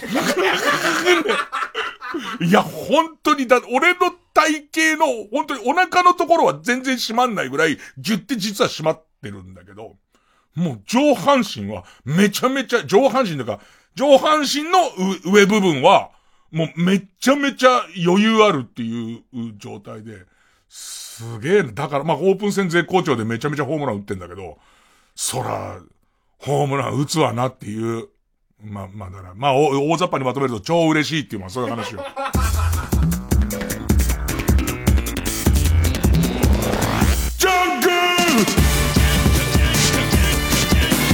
いや、本当に俺の体型の、本当にお腹のところは全然閉まんないぐらい、ギュって実は閉まってるんだけど、もう上半身はめちゃめちゃ、上半身の上部分は、もうめちゃめちゃ余裕あるっていう状態で、すげえな。だからオープン戦絶好調でめちゃめちゃホームラン打ってんだけど、そら、ホームラン打つわなっていう、だから、大雑把にまとめると超嬉しいっていう、そういう話を。ジャンク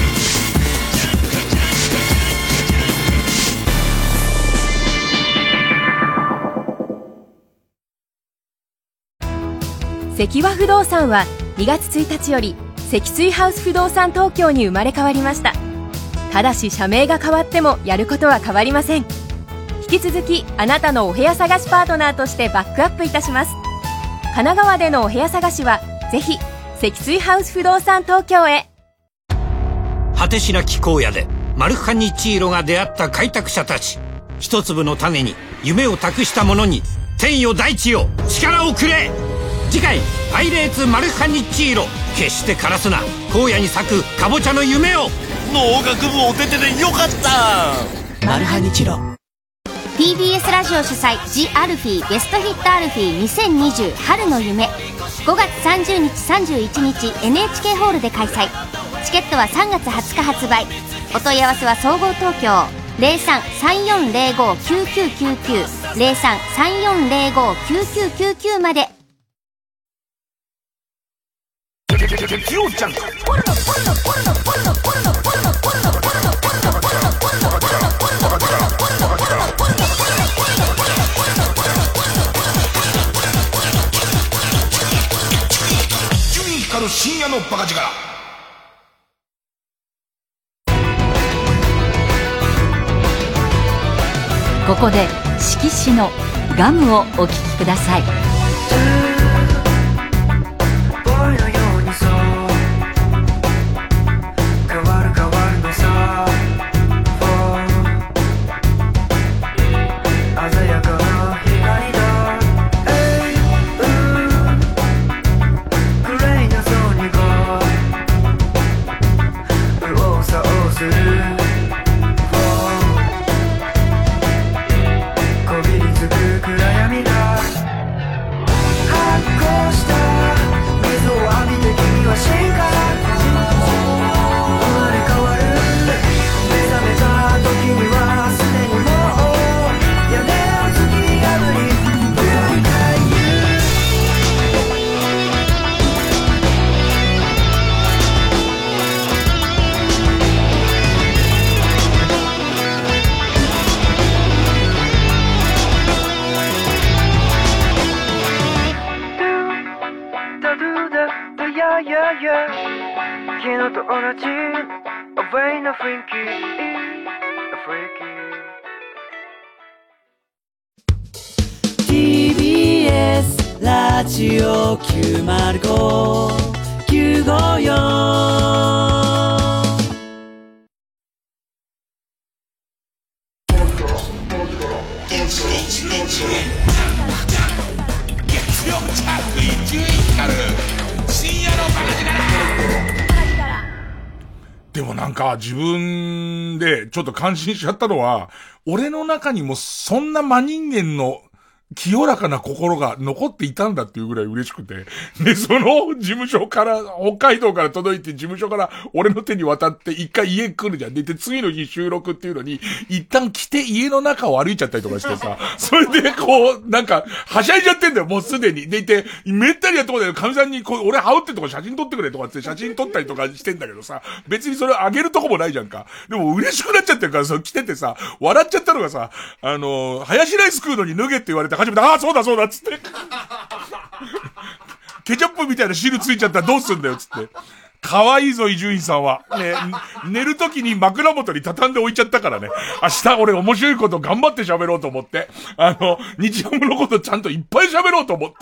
積和不動産は2月1日より積水ハウス不動産東京に生まれ変わりました。ただし社名が変わってもやることは変わりません。引き続きあなたのお部屋探しパートナーとしてバックアップいたします。神奈川でのお部屋探しはぜひ積水ハウス不動産東京へ。 果てしなき荒野でマルハニチーロが出会った開拓者たち。一粒の種に夢を託した者に天よ大地よ力をくれ。次回パイレーツマルハニチーロ。決して枯らすな荒野に咲くかぼちゃの夢を。 農学部お手手でよかった。 マルハニチロ。 TBS ラジオ主催ジ・アルフィーベストヒットアルフィー2020春の夢、5月30日31日 NHK ホールで開催。チケットは3月20日発売。お問い合わせは総合東京 03-3405-9999 03-3405-9999 まで。 深夜のバカ力。 ここで色紙のガムをお聴きください。 TBS ラジオ905-954。 月曜着衣10位光る深夜のバカ力。でもなんか自分でちょっと感心しちゃったのは、俺の中にもそんな真人間の清らかな心が残っていたんだっていうぐらい嬉しくて。で、その事務所から、北海道から届いて事務所から俺の手に渡って一回家来るじゃん。で、次の日収録っていうのに、一旦来て家の中を歩いちゃったりとかしてさ、それでこう、なんか、はしゃいじゃってんだよ、もうすでに。でいて、めったにやったことないかみさんに、こう、俺羽織ってるとこ写真撮ってくれとかって写真撮ったりとかしてんだけどさ、別にそれあげるとこもないじゃんか。でも嬉しくなっちゃってるから、来ててさ、笑っちゃったのがさ、ハヤシライス食うのに脱げって言われて初めて、ああ、そうだそうだっつって。ケチャップみたいな汁ついちゃったらどうすんだよっつって。かわいいぞ、伊集院さんは。ね、寝るときに枕元に畳んで置いちゃったからね。明日俺面白いこと頑張って喋ろうと思って。日ハムのことちゃんといっぱい喋ろうと思って。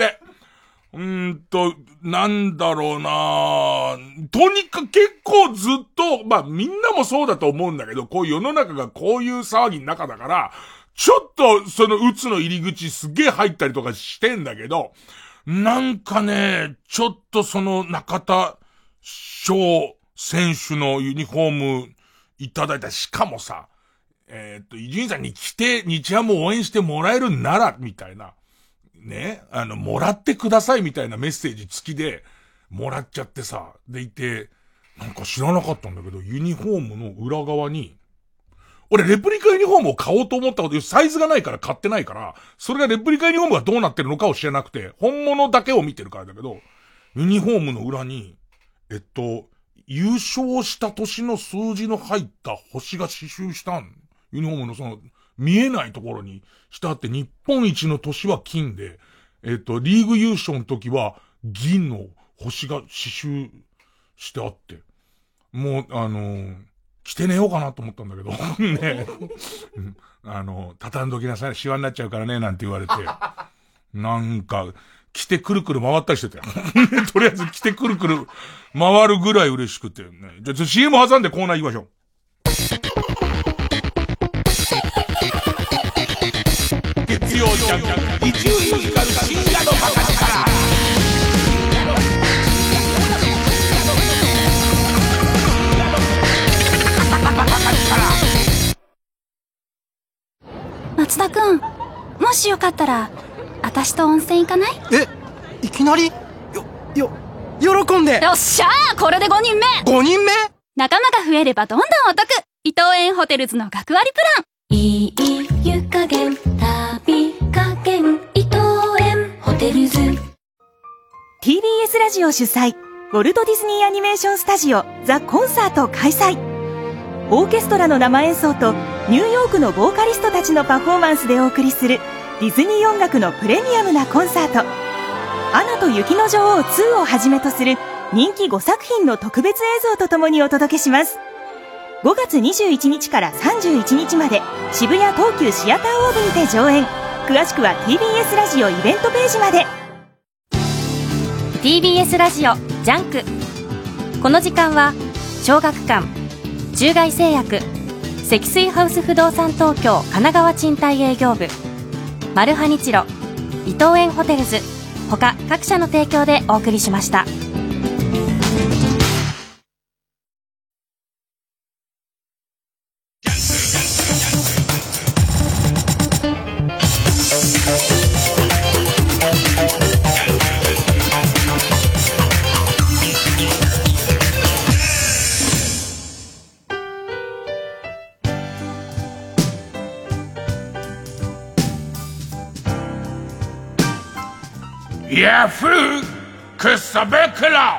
なんだろうなとにかく結構ずっと、まあみんなもそうだと思うんだけど、こう世の中がこういう騒ぎの中だから、ちょっとそのうつの入り口すげえ入ったりとかしてんだけど、なんかね、ちょっとその中田翔選手のユニフォームいただいた。しかもさ、伊集院さんに来て日ハムを応援してもらえるなら、みたいな。ね、もらってくださいみたいなメッセージ付きでもらっちゃってさ、でいて、なんか知らなかったんだけど、ユニフォームの裏側に、俺レプリカユニフォームを買おうと思ったこと、サイズがないから買ってないから、それがレプリカユニフォームがどうなってるのかを知らなくて、本物だけを見てるからだけど、ユニフォームの裏に、優勝した年の数字の入った星が刺繍したん。ユニフォームのその、見えないところにしてあって、日本一の年は金で、リーグ優勝の時は、 銀の星が刺繍してあって、もう、着て寝ようかなと思ったんだけど、ね、畳んどきなさい、シワになっちゃうからね、なんて言われて、なんか、着てくるくる回ったりしてたよ。とりあえず着てくるくる回るぐらい嬉しくてね。じゃあ CM 挟んでコーナー行きましょう。月曜ジャンク伊集院光深夜のバカ力。 松田くん、もしよかったら私と温泉行かない？ いきなり？喜んで。 よっしゃー、これで5人目。 5人目？ 仲間が増えればどんどんお得。伊東園ホテルズの学割プラン。いい湯加減、旅加減、伊東園ホテルズ。 TBS ラジオ主催、ウォルトディズニーアニメーションスタジオザ・コンサート開催。オーケストラの生演奏とニューヨークのボーカリストたちのパフォーマンスでお送りするディズニー音楽のプレミアムなコンサート、アナと雪の女王2をはじめとする人気5作品の特別映像とともにお届けします。5月21日から31日まで渋谷東急シアターオーブにて上演。詳しくは TBS ラジオイベントページまで。 TBS ラジオジャンク。この時間は小学館、中外製薬、積水ハウス不動産東京神奈川賃貸営業部、マルハニチロ、伊東園ホテルズ他各社の提供でお送りしました。 ヤフークソ袋。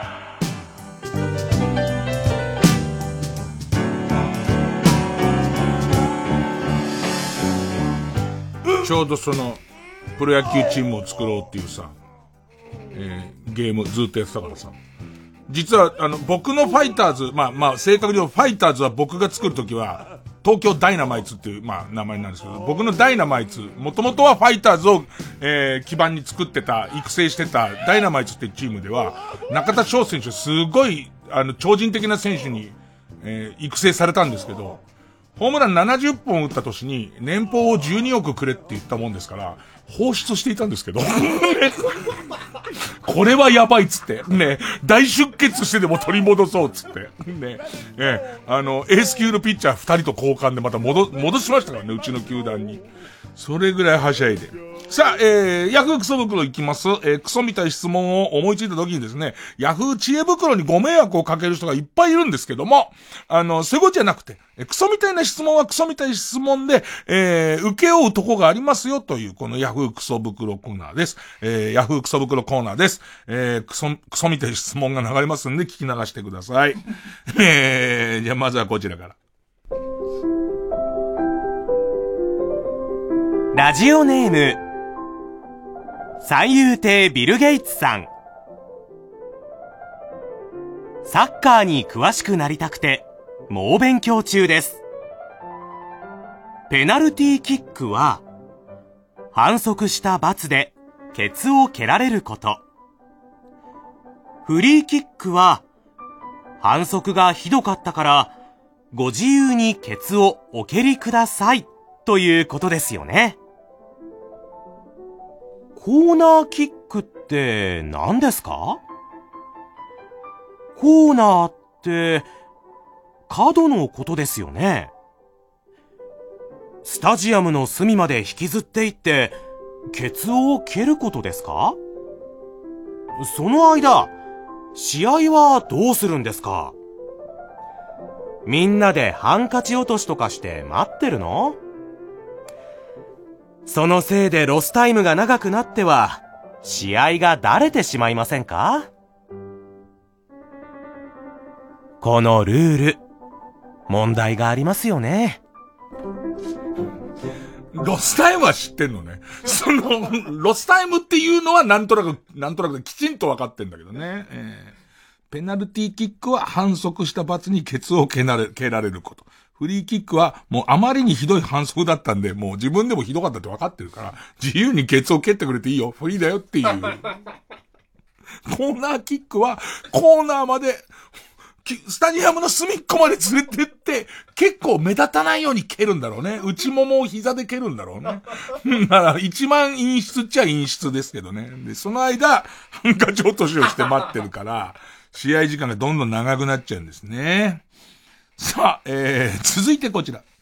ちょうどそのプロ野球チームを作ろうっていうさ、ゲームずっとやってたからさ、実は僕のファイターズ、正確に言うとファイターズは僕が作るときは東京ダイナマイツっていう名前なんですけど、僕のダイナマイツ、もともとはファイターズを基盤に作ってた、育成してたダイナマイツっていうチームでは、中田翔選手すごい超人的な選手に、育成されたんですけど、ホームラン70本打った年に年俸を12億くれって言ったもんですから放出していたんですけどこれはやばいっつってね、大出血してでも取り戻そうっつってね、エース級のピッチャー2人と交換でまた戻しましたからね、うちの球団に。それぐらいはしゃいで。さあ、ヤフークソ袋いきます。クソみたい質問を思いついた時にですね、ヤフー知恵袋にご迷惑をかける人がいっぱいいるんですけども、そういうことじゃなくて、クソみたいな質問はクソみたいな質問で、受け負うとこがありますよという、このヤフークソ袋コーナーです。ヤフークソ袋コーナーです。クソみたいな質問が流れますんで聞き流してください。じゃあまずはこちらから。 ラジオネーム三遊亭ビル・ゲイツさん。サッカーに詳しくなりたくて猛勉強中です。ペナルティーキックは反則した罰でケツを蹴られること。フリーキックは反則がひどかったからご自由にケツをお蹴りくださいということですよね。コーナーキックって何ですか？コーナーって角のことですよね。スタジアムの隅まで引きずっていってケツを蹴ることですか？その間試合はどうするんですか？みんなでハンカチ落としとかして待ってるの？そのせいでロスタイムが長くなっては試合がだれてしまいませんか？このルール問題がありますよね。 ロスタイムは知ってんのね。ロスタイムっていうのはなんとなくきちんと分かってんだけどね。ペナルティーキックは反則した罰にケツを蹴られること。フリーキックはもうあまりにひどい反則だったんで、もう自分でもひどかったって分かってるから、自由にケツを蹴ってくれていいよ。フリーだよっていう。コーナーキックはコーナーまで、スタジアムの隅っこまで連れてって、結構目立たないように蹴るんだろうね。内ももを膝で蹴るんだろうね。だから一番陰湿っちゃ陰湿ですけどね。で、その間、ハンカチ落としをして待ってるから、試合時間がどんどん長くなっちゃうんですね。さあ、続いてこちら。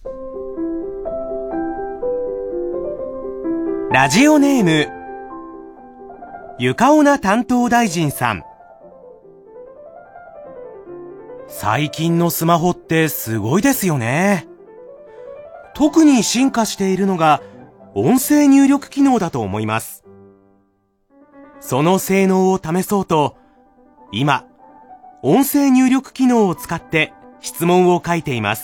ラジオネーム、ゆかおな担当大臣さん。最近のスマホってすごいですよね。特に進化しているのが音声入力機能だと思います。その性能を試そうと、今、音声入力機能を使って質問を書いています。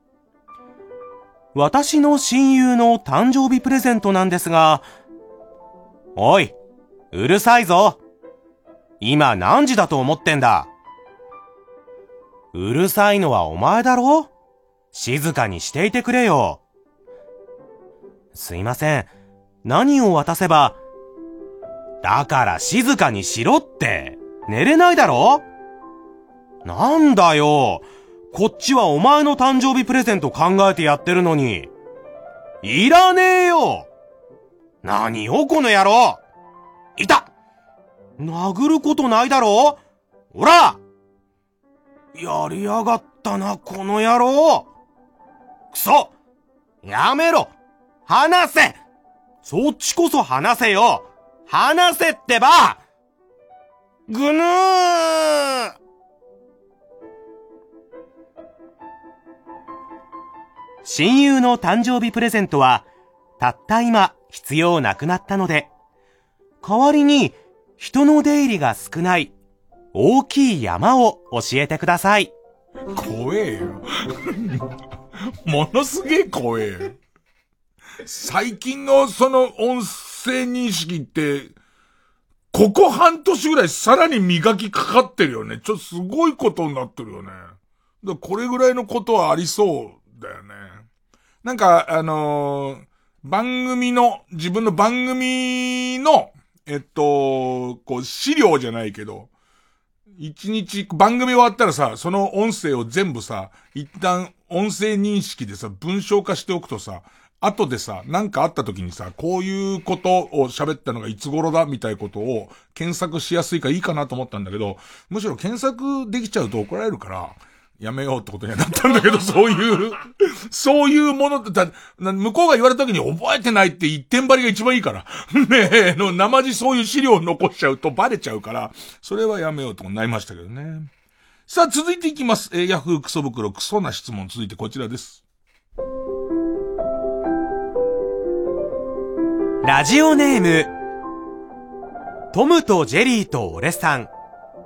私の親友の誕生日プレゼントなんですが、おい、うるさいぞ。今何時だと思ってんだ。うるさいのはお前だろ？静かにしていてくれよ。すいません。何を渡せば？だから静かにしろって。寝れないだろ？なんだよ。こっちはお前の誕生日プレゼント考えてやってるのに。いらねえよ。何よこの野郎。いた！殴ることないだろ？おら！やりやがったな、この野郎。くそ！やめろ！離せ！そっちこそ離せよ！離せってば！ぐぬー！親友の誕生日プレゼントは、たった今必要なくなったので、代わりに人の出入りが少ない大きい山を教えてください。 怖えよ。ものすげえ怖えよ。最近のその音声認識って、ここ半年ぐらいさらに磨きかかってるよね。すごいことになってるよね。これぐらいのことはありそうだよね。なんか、自分の番組の、こう資料じゃないけど、一日番組終わったらさ、その音声を全部さ、一旦音声認識でさ、文章化しておくとさ、後でさ、なんかあった時にさ、こういうことを喋ったのがいつ頃だみたいなことを検索しやすいからいいかなと思ったんだけど、むしろ検索できちゃうと怒られるから、やめようってことにはなったんだけど、そういうものって、向こうが言われた時に覚えてないって一点張りが一番いいから。ねえ、生地そういう資料を残しちゃうとバレちゃうから、それはやめようとなりましたけどね。さあ、続いていきます。ヤフークソ袋クソな質問、続いてこちらです。 ラジオネーム、トムとジェリーと俺さん。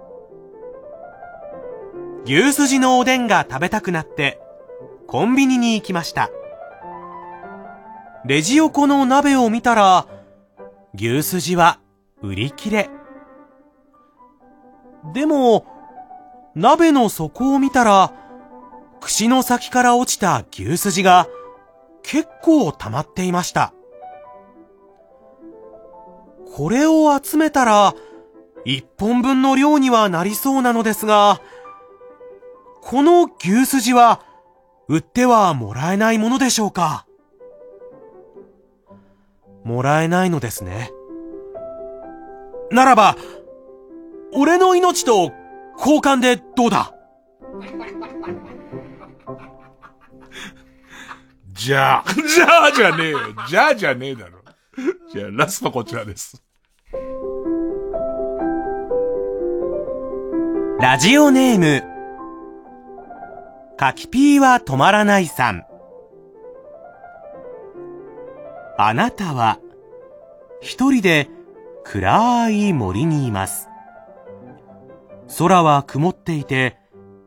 牛すじのおでんが食べたくなって、コンビニに行きました。レジ横の鍋を見たら、牛すじは売り切れ。でも、鍋の底を見たら、串の先から落ちた牛すじが結構溜まっていました。これを集めたら、1本分の量にはなりそうなのですが、この牛すじは売ってはもらえないものでしょうか？もらえないのですね。ならば、俺の命と交換でどうだ？ じゃねえよ。じゃねえだろ。じゃあ、ラストこちらです。 ラジオネーム、柿ピーは止まらないさん。あなたは一人で暗い森にいます。空は曇っていて、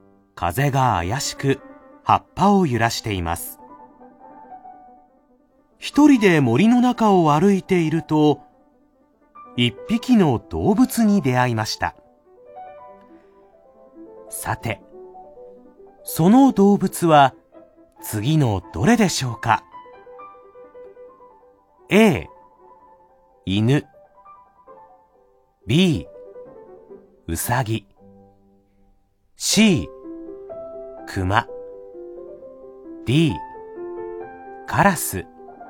風が怪しく葉っぱを揺らしています。 一人で森の中を歩いていると、一匹の動物に出会いました。さて、その動物は次のどれでしょうか。A、犬。B、うさぎ。C、熊。D、カラス。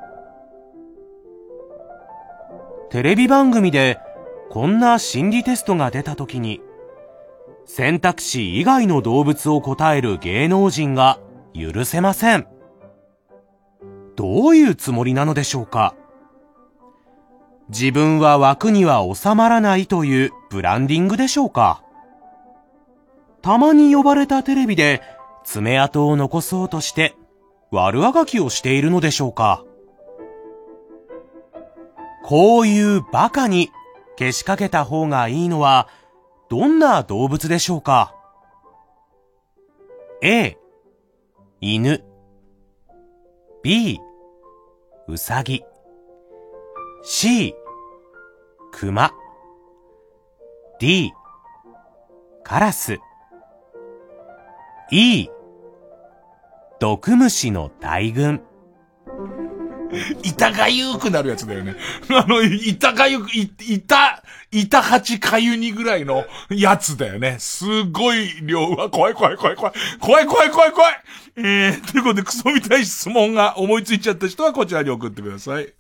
テレビ番組でこんな心理テストが出たときに、選択肢以外の動物を答える芸能人が許せません。どういうつもりなのでしょうか。自分は枠には収まらないというブランディングでしょうか。たまに呼ばれたテレビで爪痕を残そうとして悪あがきをしているのでしょうか。こういうバカにけしかけた方がいいのはどんな動物でしょうか。 A、犬。 B、うさぎ。 C、熊。 D、カラス。 E、毒虫の大群。 痛がゆくなるやつだよね。痛がゆく、痛八かゆにぐらいのやつだよね。すごい量は、怖い。ということで、クソみたい質問が思いついちゃった人はこちらに送ってください。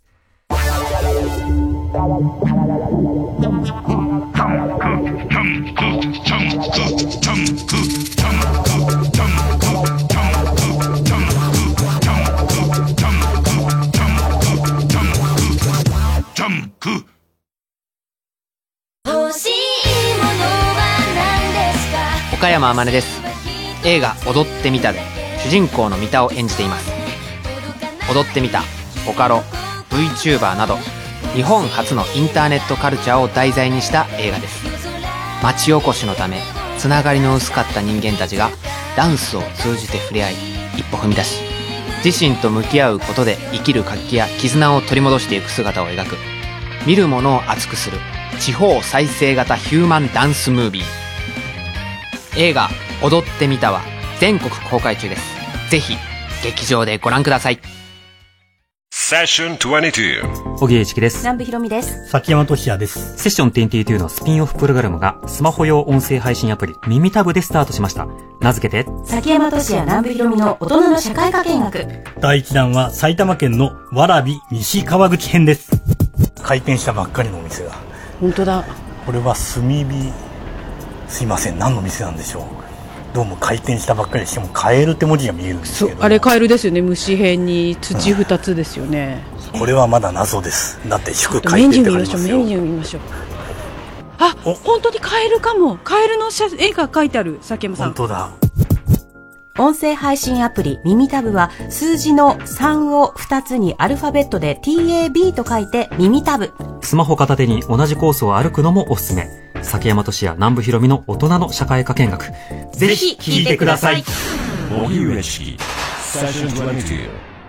欲しいものは何ですか。 岡山天音です。映画踊ってみたで主人公の三田を演じています。踊ってみた、ボカロ、VTuber など日本初のインターネットカルチャーを題材にした映画です。町おこしのためつながりの薄かった人間たちがダンスを通じて触れ合い、一歩踏み出し自身と向き合うことで生きる活気や絆を取り戻していく姿を描く、見る者を熱くする地方再生型ヒューマンダンスムービー。映画踊ってみたは全国公開中です。ぜひ劇場でご覧ください。 セッション22、 小木栄一です。 南部ひろみです。 崎山俊也です。セッション22のスピンオフプログラムがスマホ用音声配信アプリ耳タブでスタートしました。名付けて崎山俊也南部ひろみの大人の社会科見学。 第1弾は埼玉県の蕨西川口編です。開店したばっかりのお店が。 本当だ。 これは炭火、すいません、何の店なんでしょう。どうも開店したばっかりで、しかもカエルって文字が見えるんですけど。 あれカエルですよね。虫辺に土2つですよね。 これはまだ謎です。だって祝開店って書いてますよ。 メニュー見ましょう。あ、本当にカエルかも。カエルの絵が描いてある。崎山さん。 本当だ。 音声配信アプリ耳タブは数字の3を2つにアルファベットで TAB と書いて耳タブ。 スマホ片手に同じコースを歩くのもおすすめ。崎山俊也南部ひろみの大人の社会科見学、ぜひ聞いてください。 小木上式セッション22。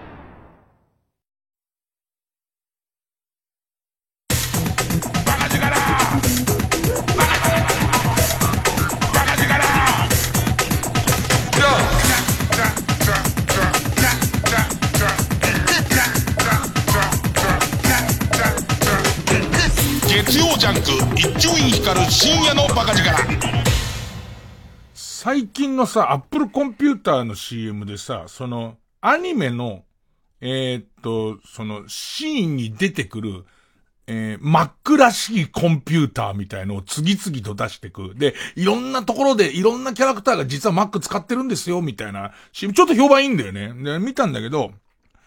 月曜ジャンク一丁院光る深夜のバカ力。最近のさ、アップルコンピューターの CM でさ、そのアニメのそのシーンに出てくるMac らしいコンピューターみたいのを次々と出してく。で、いろんなところでいろんなキャラクターが実は Mac 使ってるんですよみたいな CM、ちょっと評判いいんだよね。で、見たんだけど、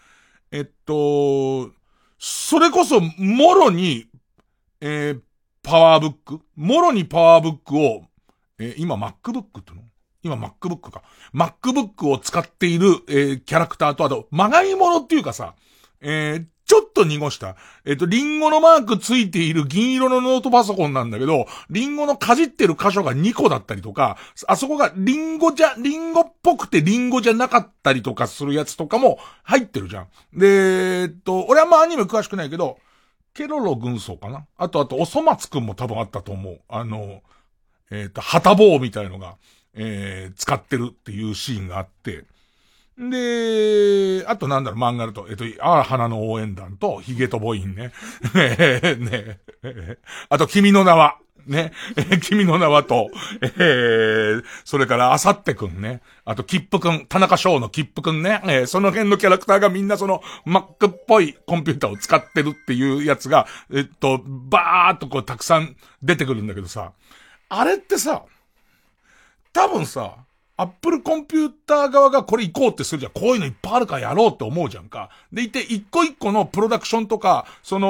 それこそもろにパワーブックを、今 MacBook っての今 MacBook か。MacBook を使っている、キャラクターと、あと、まがいものっていうかさ、ちちょっと濁した。リンゴのマークついている銀色のノートパソコンなんだけど、リンゴのかじってる箇所が2個だったりとか、あそこがリンゴっぽくてリンゴじゃなかったりとかするやつとかも入ってるじゃん。で、俺はアニメ詳しくないけど、ケロロ軍曹かな？あと、おそ松くんも多分あったと思う。旗棒みたいのが、使ってるっていうシーンがあって、で、あと漫画だと、花の応援団と、ヒゲとボインね。ねあと、君の名は。ね。君の名はと、それから、あさってくんね。あと、キップくん、田中翔のキップくんね。その辺のキャラクターがみんなその、Mac っぽいコンピューターを使ってるっていうやつが、バーっとこう、たくさん出てくるんだけどさ、あれってさ、多分さ、アップルコンピューター側がこれ行こうってするじゃん。こういうのいっぱいあるからやろうって思うじゃんか。でいて、一個一個のプロダクションとか、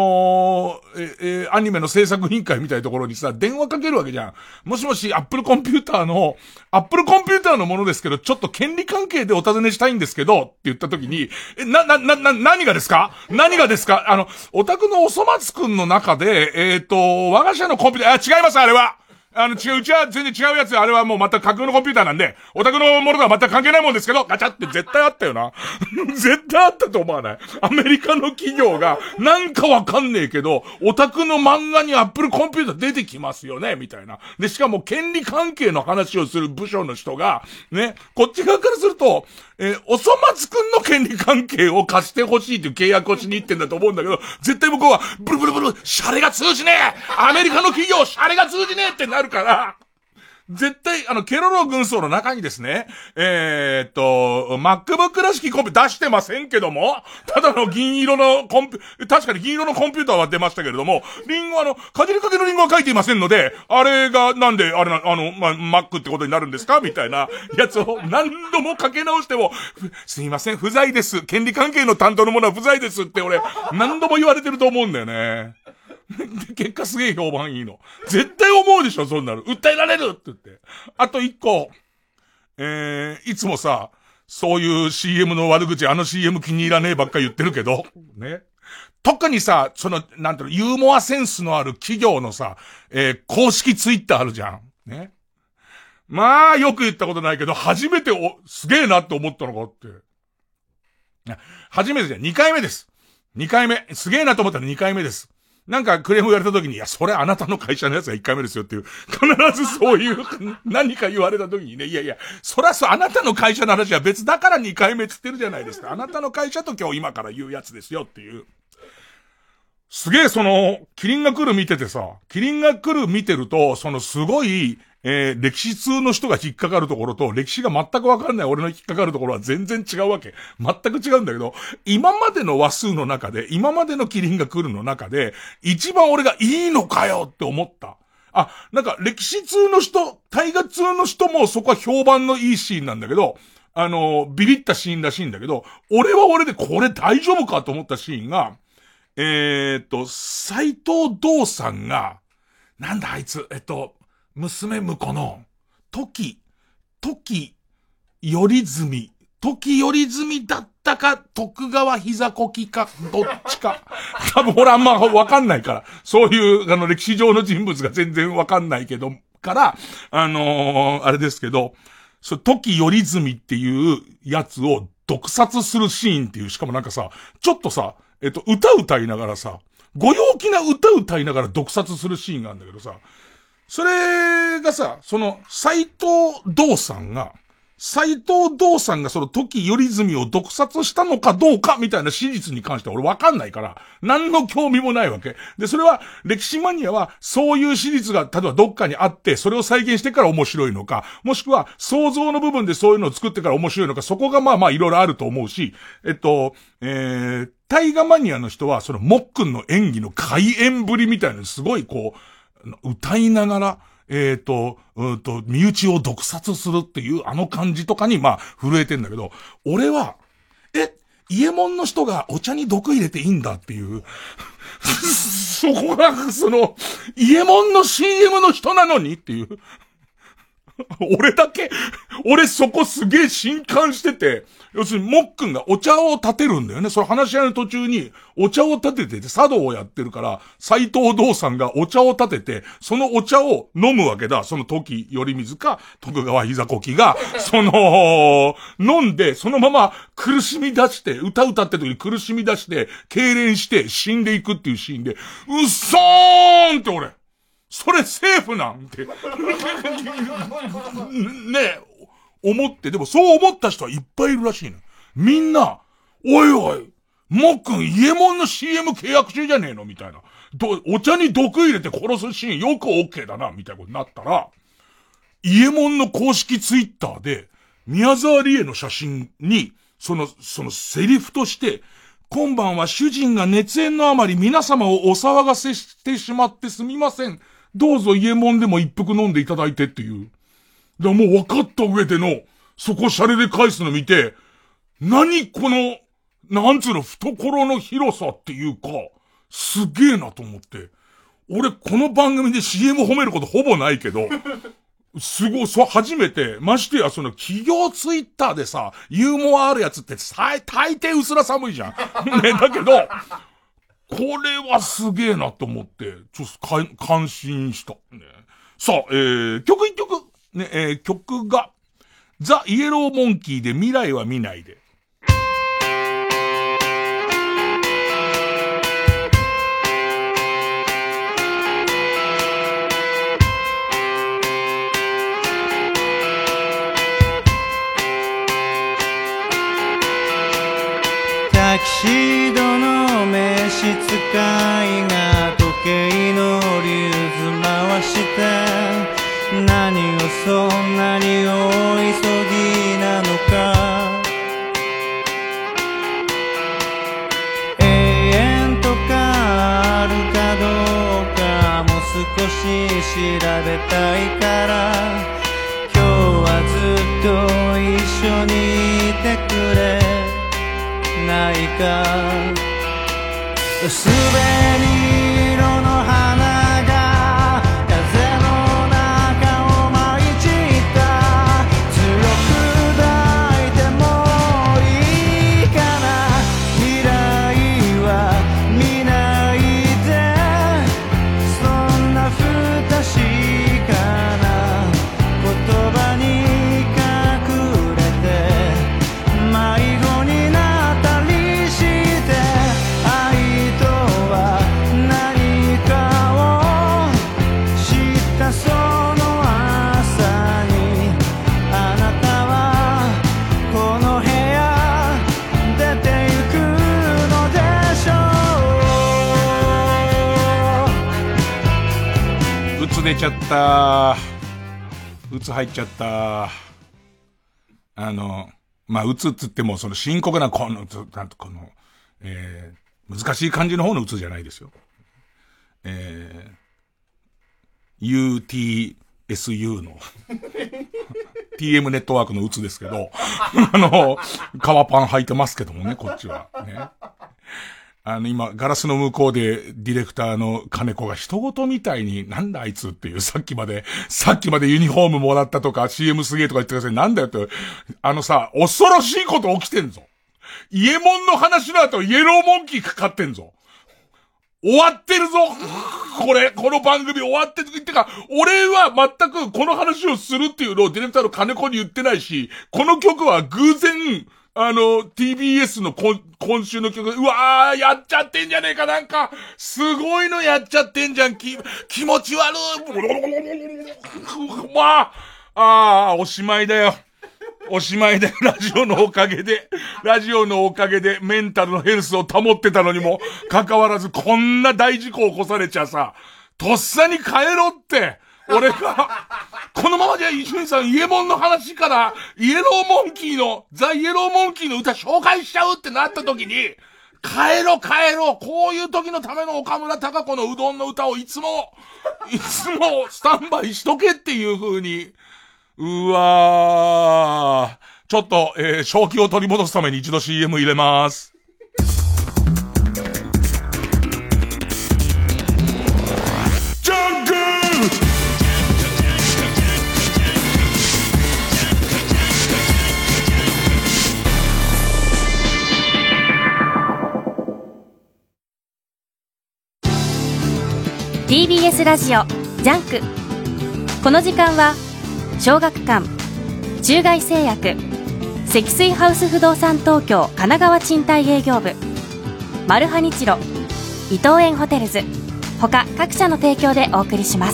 アニメの制作委員会みたいなところにさ、電話かけるわけじゃん。もしもし、アップルコンピューターのものですけど、ちょっと権利関係でお尋ねしたいんですけど、って言った時に、何がですか？お宅のおそ松くんの中で、我が社のコンピューター、違います、あれは。うちは全然違うやつ、あれはもう全く架空のコンピューターなんで、お宅のものとは全く関係ないもんですけど、ガチャって絶対あったよな。絶対あったと思わない？アメリカの企業が、なんかわかんねえけど、お宅の漫画にアップルコンピューター出てきますよね、みたいな。で、しかも権利関係の話をする部署の人が、ね、こっち側からすると、おそ松くんの権利関係を貸してほしいという契約をしに行ってんだと思うんだけど、絶対向こうは、ブルブルブル、シャレが通じねえ！アメリカの企業、シャレが通じねえってなるから、絶対、ケロロ軍曹の中にですね、MacBook らしきコンピューター出してませんけども、ただの銀色の確かに銀色のコンピューターは出ましたけれども、リンゴかじりかけのリンゴは書いていませんので、あれがなんで、Mac ってことになるんですかみたいなやつを何度もかけ直しても、すいません、不在です。権利関係の担当のものは不在ですって俺、何度も言われてると思うんだよね。結果すげえ評判いいの。絶対思うでしょ、そんなの。訴えられるって言って。あと一個、いつもさ、そういう CM の悪口、CM 気に入らねえばっか言ってるけど、ね。特にさ、ユーモアセンスのある企業のさ、公式ツイッターあるじゃん。ね。まあ、よく言ったことないけど、初めてすげえなって思ったのがあって。初めてじゃん、2回目です。2回目。すげえなと思ったら2回目です。なんかクレーム言われた時に、いや、それあなたの会社のやつが1回目ですよっていう、必ずそういう、何か言われた時にね、いやいや、そらそう、あなたの会社の話は別だから2回目つってるじゃないですか。あなたの会社と今日今から言うやつですよっていう。すげえキリンが来る見ててさ、キリンが来る見てると、すごい、歴史通の人が引っかかるところと、歴史が全くわかんない俺の引っかかるところは全然違うわけ。全く違うんだけど、今までの話数の中で、今までのキリンが来るの中で、一番俺がいいのかよって思った。なんか歴史通の人、大河通の人もそこは評判のいいシーンなんだけど、ビビったシーンらしいんだけど、俺は俺でこれ大丈夫かと思ったシーンが、斎藤道さんが、なんだあいつ、娘婿の、時頼住だったか、徳川膝こきか、どっちか。多分俺あんまわかんないから。そういう、歴史上の人物が全然わかんないけど、から、あれですけど、時頼住っていうやつを毒殺するシーンっていう、しかもなんかさ、ちょっとさ、歌歌いながらさ、ご陽気な歌歌いながら毒殺するシーンがあるんだけどさ、それがさ、斎藤道さんがその時頼住を毒殺したのかどうかみたいな史実に関しては俺わかんないから、何の興味もないわけ。で、それは歴史マニアはそういう史実が例えばどっかにあって、それを再現してから面白いのか、もしくは想像の部分でそういうのを作ってから面白いのか、そこがまあいろいろあると思うし、大河マニアの人はもっくんの演技の開演ぶりみたいなのすごい歌いながら、身内を毒殺するっていう感じとかに震えてんだけど、俺は、伊右衛門の人がお茶に毒入れていいんだっていう、そこが伊右衛門の CM の人なのにっていう。 俺そこすげえ震撼してて、要するにもっくんがお茶を立てるんだよね。それ話し合いの途中にお茶を立ててて茶道をやってるから、斎藤道さんがお茶を立てて、そのお茶を飲むわけだ。その時頼水か徳川膝こきが、飲んで、そのまま苦しみ出して、歌ってる時に苦しみ出して、痙攣して死んでいくっていうシーンで、うっそーんって俺。それセーフなんて。ねえ、思って、でもそう思った人はいっぱいいるらしいの。みんな、おいおい、もっくん、イエモンの CM 契約中じゃねえのみたいな。お茶に毒入れて殺すシーンよく OK だな、みたいなことになったら、イエモンの公式ツイッターで、宮沢りえの写真に、そのセリフとして、今晩は主人が熱演のあまり皆様をお騒がせしてしまってすみません。どうぞイエモンでも一服飲んでいただいてっていう。だからもう分かった上での、そこシャレで返すの見て、何この、なんつうの懐の広さっていうか、すげえなと思って。俺この番組で CM 褒めることほぼないけど、すごい、初めて、ましてや企業ツイッターでさ、ユーモアあるやつって大抵薄ら寒いじゃん。ね、だけど、これはすげえなと思って、ちょっと感心した。ね、さあ、曲一曲、ね、曲が、ザ・イエローモンキーで未来は見ないで。 タキシードの召使いが時計のリューズ回して何をそんなに大急ぎなのか永遠とかあるかどうかもう少し調べたいから今日はずっと一緒にいてくれないかすべに色の花が風の中を舞い散った強く抱いてもいいかな未来は見ないでそんな不確かな言葉に隠れて迷子になった出ちゃった。うつ入っちゃった。うつっつっても、深刻な、難しい感じの方のうつじゃないですよ。UTSU の、TM ネットワークのうつですけど、革パン履いてますけどもね、こっちは。ね。今、ガラスの向こうで、ディレクターの金子が人事みたいに、なんだあいつっていう、さっきまでユニフォームもらったとか、CM すげえとか言ってください。なんだよって、恐ろしいこと起きてんぞ。イエモンの話の後、イエローモンキーかかってんぞ。終わってるぞこの番組終わってる。ってか、俺は全くこの話をするっていうのをディレクターの金子に言ってないし、この曲は偶然、TBS の今週の曲、うわー、やっちゃってんじゃねえか、なんか、すごいのやっちゃってんじゃん、気持ち悪い。おしまいだよ。ラジオのおかげでメンタルのヘルスを保ってたのにも、かかわらずこんな大事故を起こされちゃさ、とっさに帰ろって、俺が、このままじゃ伊集院さん、イエモンの話から、ザ・イエローモンキーの歌紹介しちゃうってなった時に、帰ろう。こういう時のための岡村孝子のうどんの歌をいつもスタンバイしとけっていう風に、うわー。ちょっと、正気を取り戻すために一度 CM 入れます。 TBS ラジオジャンク。この時間は小学館、中外製薬、積水ハウス不動産東京神奈川賃貸営業部、マルハニチロ、伊東園ホテルズ他各社の提供でお送りします。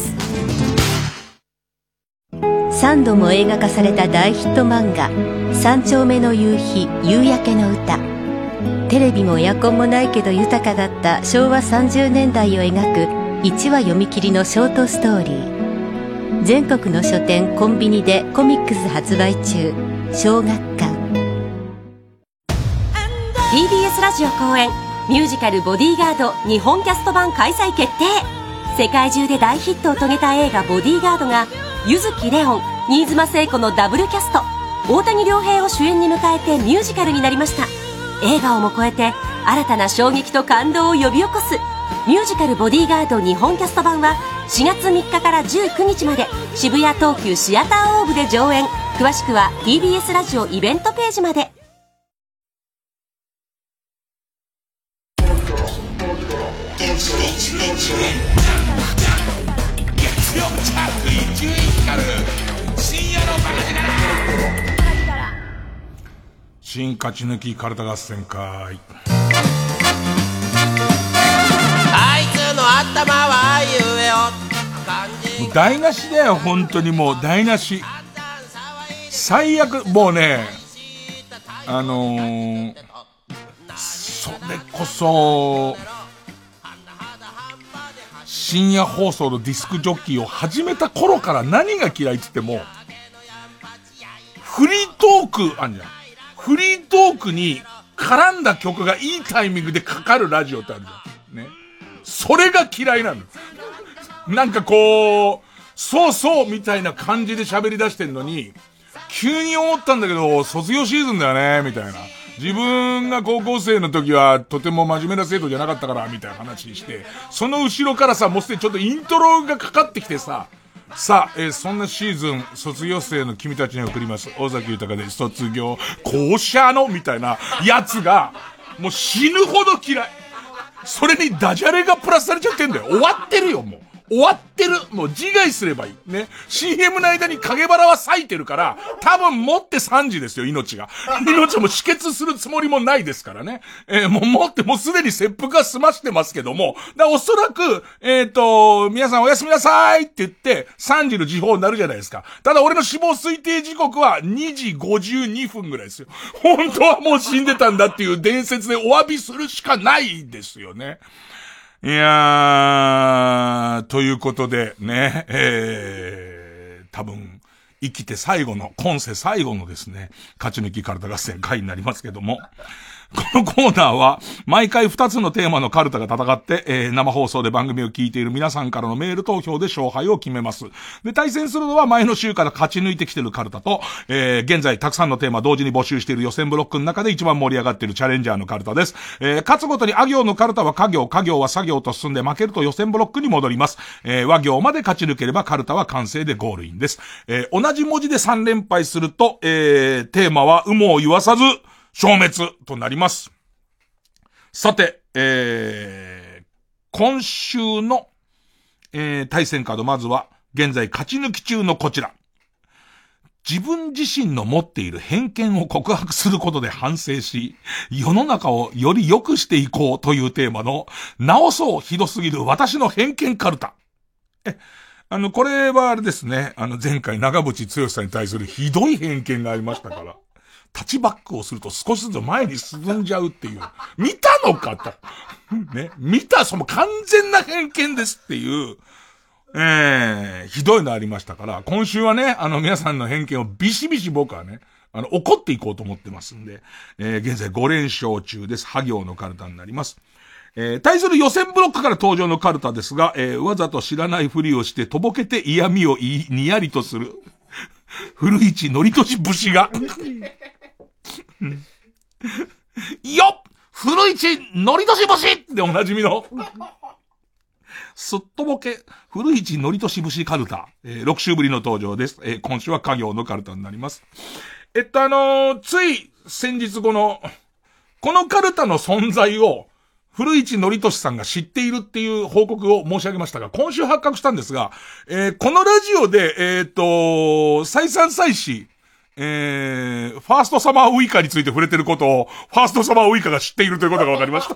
3度も映画化された大ヒット漫画三丁目の夕日夕焼けの歌。テレビもエアコンもないけど豊かだった昭和30年代を描く1話読み切りのショートストーリー。全国の書店コンビニでコミックス発売中。小学館。 TBS ラジオ公演ミュージカルボディーガード日本キャスト版開催決定。世界中で大ヒットを遂げた映画ボディーガードが柚木玲音、新妻聖子のダブルキャスト、大谷亮平を主演に迎えてミュージカルになりました。映画をも超えて新たな衝撃と感動を呼び起こすミュージカルボディーガード日本キャスト版は4月3日から19日まで渋谷東急シアターオーブで上演。詳しくは TBS ラジオイベントページまで。 月曜チャーク伊集院光深夜のバカ力。新勝ち抜きカルタ合戦会。 あいつの頭は言えよ。 もう台無しだよ、本当にもう台無し。最悪、もうね、それこそ、深夜放送のディスクジョッキーを始めた頃から何が嫌いって言っても、フリートーク、あんじゃん。フリートークに絡んだ曲がいいタイミングでかかるラジオってあるじゃん。ね。それが嫌いなの。なんかこう、そうそうみたいな感じで喋り出してんのに、急に思ったんだけど、卒業シーズンだよね、みたいな。自分が高校生の時はとても真面目な生徒じゃなかったから、みたいな話にして、その後ろからさ、もうすでにちょっとイントロがかかってきてさ、さあ、そんなシーズン、卒業生の君たちに送ります。尾崎豊で卒業、校舎の、みたいなやつが、もう死ぬほど嫌い。それにダジャレがプラスされちゃってんだよ。終わってるよ、もう。終わってる。もう自害すればいい。ね。CM の間に影腹は咲いてるから、多分持って3時ですよ、命が。命も止血するつもりもないですからね。もう持って、もうすでに切腹は済ましてますけども、おそらく、皆さんおやすみなさいって言って、3時の時報になるじゃないですか。ただ俺の死亡推定時刻は2時52分ぐらいですよ。本当はもう死んでたんだっていう伝説でお詫びするしかないですよね。いやー、ということでね、多分、生きて最後の、今世最後のですね、勝ち抜きカルタ合戦会になりますけども、このコーナーは、毎回2つのテーマのカルタが戦って、生放送で番組を聞いている皆さんからのメール投票で勝敗を決めます。で、対戦するのは前の週から勝ち抜いてきているカルタと、現在たくさんのテーマ同時に募集している予選ブロックの中で一番盛り上がっているチャレンジャーのカルタです。勝つごとにあ行のカルタは家行、家行は作業と進んで負けると予選ブロックに戻ります。和行まで勝ち抜ければカルタは完成でゴールインです。同じ文字で3連敗すると、テーマは有無を言わさず、消滅となります。さて、今週の、対戦カード、まずは、現在勝ち抜き中のこちら。自分自身の持っている偏見を告白することで反省し、世の中をより良くしていこうというテーマの、直そうひどすぎる私の偏見カルタ。これはあれですね、前回長渕剛さんに対するひどい偏見がありましたから。タッチバックをすると少しずつ前に進んじゃうっていう。見たのかと。ね。見た、その完全な偏見ですっていう、ひどいのありましたから、今週はね、皆さんの偏見をビシビシ僕はね、怒っていこうと思ってますんで、現在5連勝中です。破行のカルタになります。対する予選ブロックから登場のカルタですが、わざと知らないふりをしてとぼけて嫌味を言い、にやりとする。古市のりとし節が。よっ古市のりとし節っておなじみの。すっとぼけ、古市のりとし節カルタ。6週ぶりの登場です。今週は家業のカルタになります。つい先日このカルタの存在を、 古市憲寿さんが知っているっていう報告を申し上げましたが、今週発覚したんですが、このラジオで、再三再四、ファーストサマーウイカについて触れてることを、ファーストサマーウイカが知っているということが分かりました。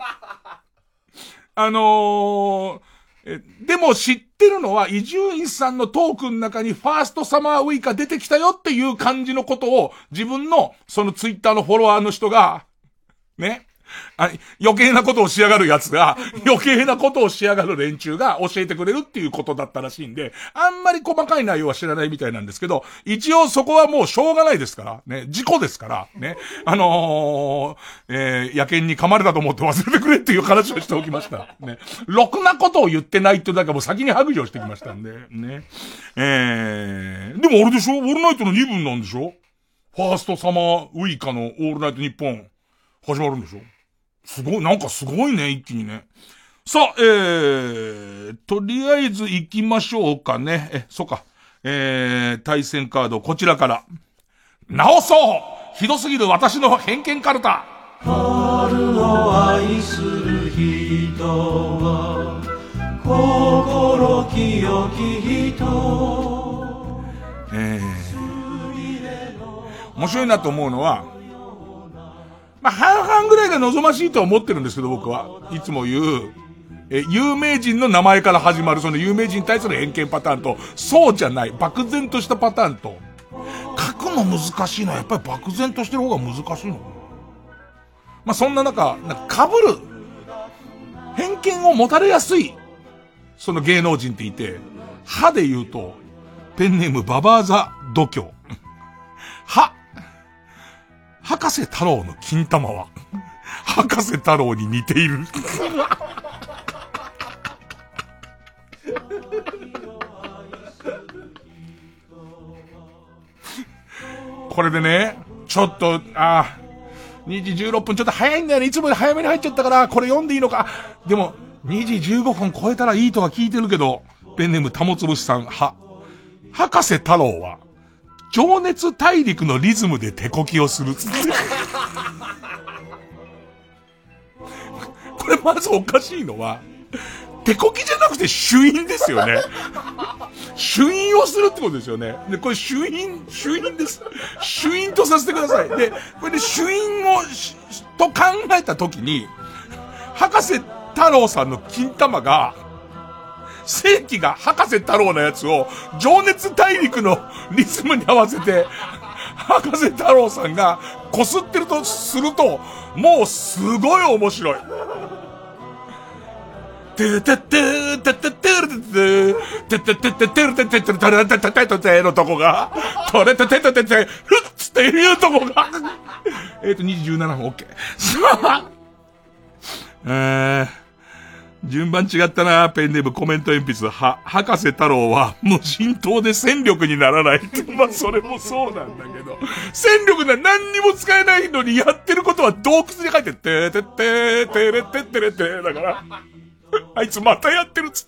でも知ってるのは、伊集院さんのトークの中にファーストサマーウイカ出てきたよっていう感じのことを、自分のそのツイッターのフォロワーの人が、ね、余計なことをしやがるやつが、余計なことをしやがる連中が教えてくれるっていうことだったらしいんで、あんまり細かい内容は知らないみたいなんですけど、一応そこはもうしょうがないですから、ね、事故ですから、ね、野犬に噛まれたと思って忘れてくれっていう話をしておきました。ね、ろくなことを言ってないっていうだけもう先に白状してきましたんで、ね。でもあれでしょ？オールナイトの2分なんでしょ？ファーストサマーウイカのオールナイトニッポン始まるんでしょ？すごい、なんかすごいね、一気にね。さあ、とりあえず行きましょうかね。そうか。対戦カード、こちらから。直そうひどすぎる私の偏見カルタ。 春を愛する人は、心清き人。 面白いなと思うのは、まあ、半々ぐらいが望ましいと思ってるんですけど、僕はいつも言う、有名人の名前から始まるその有名人に対する偏見パターンと、そうじゃない、漠然としたパターンと、書くの難しいのはやっぱり漠然としてる方が難しいのかな。まあ、そんな中、被る、偏見を持たれやすい、その芸能人っていて、歯で言うと、ペンネームババーザ度胸。博士太郎の金玉は、博士太郎に似ている。これでね、ちょっと、2時16分ちょっと早いんだよね。いつもより早めに入っちゃったから、これ読んでいいのか。でも、2時15分超えたらいいとは聞いてるけど、ペンネームたもつぶしさん、博士太郎は、情熱大陸のリズムで手こきをする。これまずおかしいのは、手こきじゃなくて主因ですよね。主因をするってことですよね。で、これ主因です。主因とさせてください。で、これで主因をと考えたときに、博士太郎さんの金玉が、正規が博士太郎のやつを情熱大陸のリズムに合わせて博士太郎さんが擦ってるとするともうすごい面白い。てててててててててててててててててててのとこがとれてててててふっつっていうとこが2時17分 OK。 さあ順番違ったな。ペンネームコメント鉛筆。博士太郎は無人島で戦力にならない。まあ、それもそうなんだけど。戦力な何にも使えないのにやってることは洞窟に書いて、ててててれててれてだから。あいつまたやってるっつって。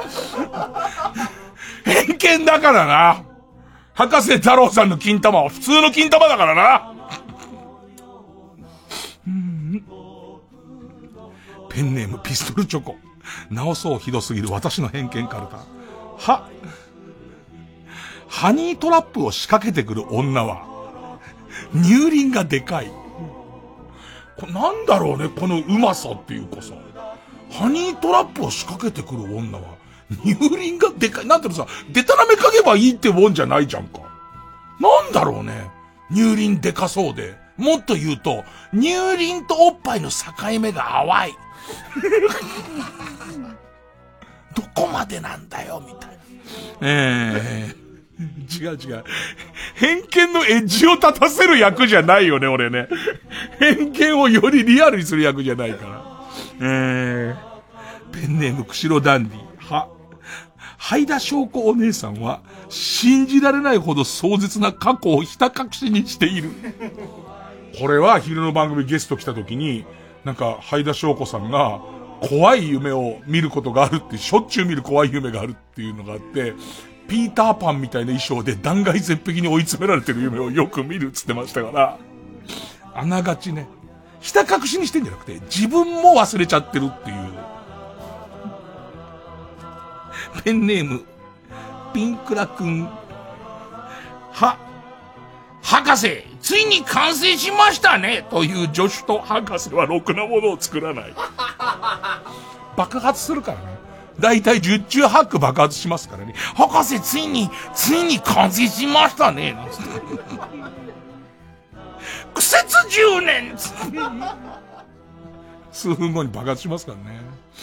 偏見だからな。博士太郎さんの金玉は普通の金玉だからな。ペンネームピストルチョコ。直そうひどすぎる私の偏見カルタ。ハニートラップを仕掛けてくる女は、乳輪がでかい。これなんだろうね、このうまさっていうかさ。ハニートラップを仕掛けてくる女は、乳輪がでかい。なんていうのさ、デタラメかけばいいってもんじゃないじゃんか。なんだろうね、乳輪でかそうで。もっと言うと、乳輪とおっぱいの境目が淡い。どこまでなんだよみたいな。違う。偏見のエッジを立たせる役じゃないよね、俺ね。偏見をよりリアルにする役じゃないから。ペンネーム釧路ダンディ。はいだしょうこお姉さんは信じられないほど壮絶な過去をひた隠しにしている。これは昼の番組ゲスト来た時に、なんか、はいだしょうこさんが、怖い夢を見ることがあるって、しょっちゅう見る怖い夢があるっていうのがあって、ピーターパンみたいな衣装で断崖絶壁に追い詰められてる夢をよく見るっつってましたから、あながちね、 ひた隠しにしてんじゃなくて、自分も忘れちゃってるっていう。ペンネーム、ピンクラくん。博士、ついに完成しましたねという助手と博士はろくなものを作らない。爆発するからね。だいたい10中8区爆発しますからね。博士、ついに完成しましたね。苦節10年数分後に爆発しますからね。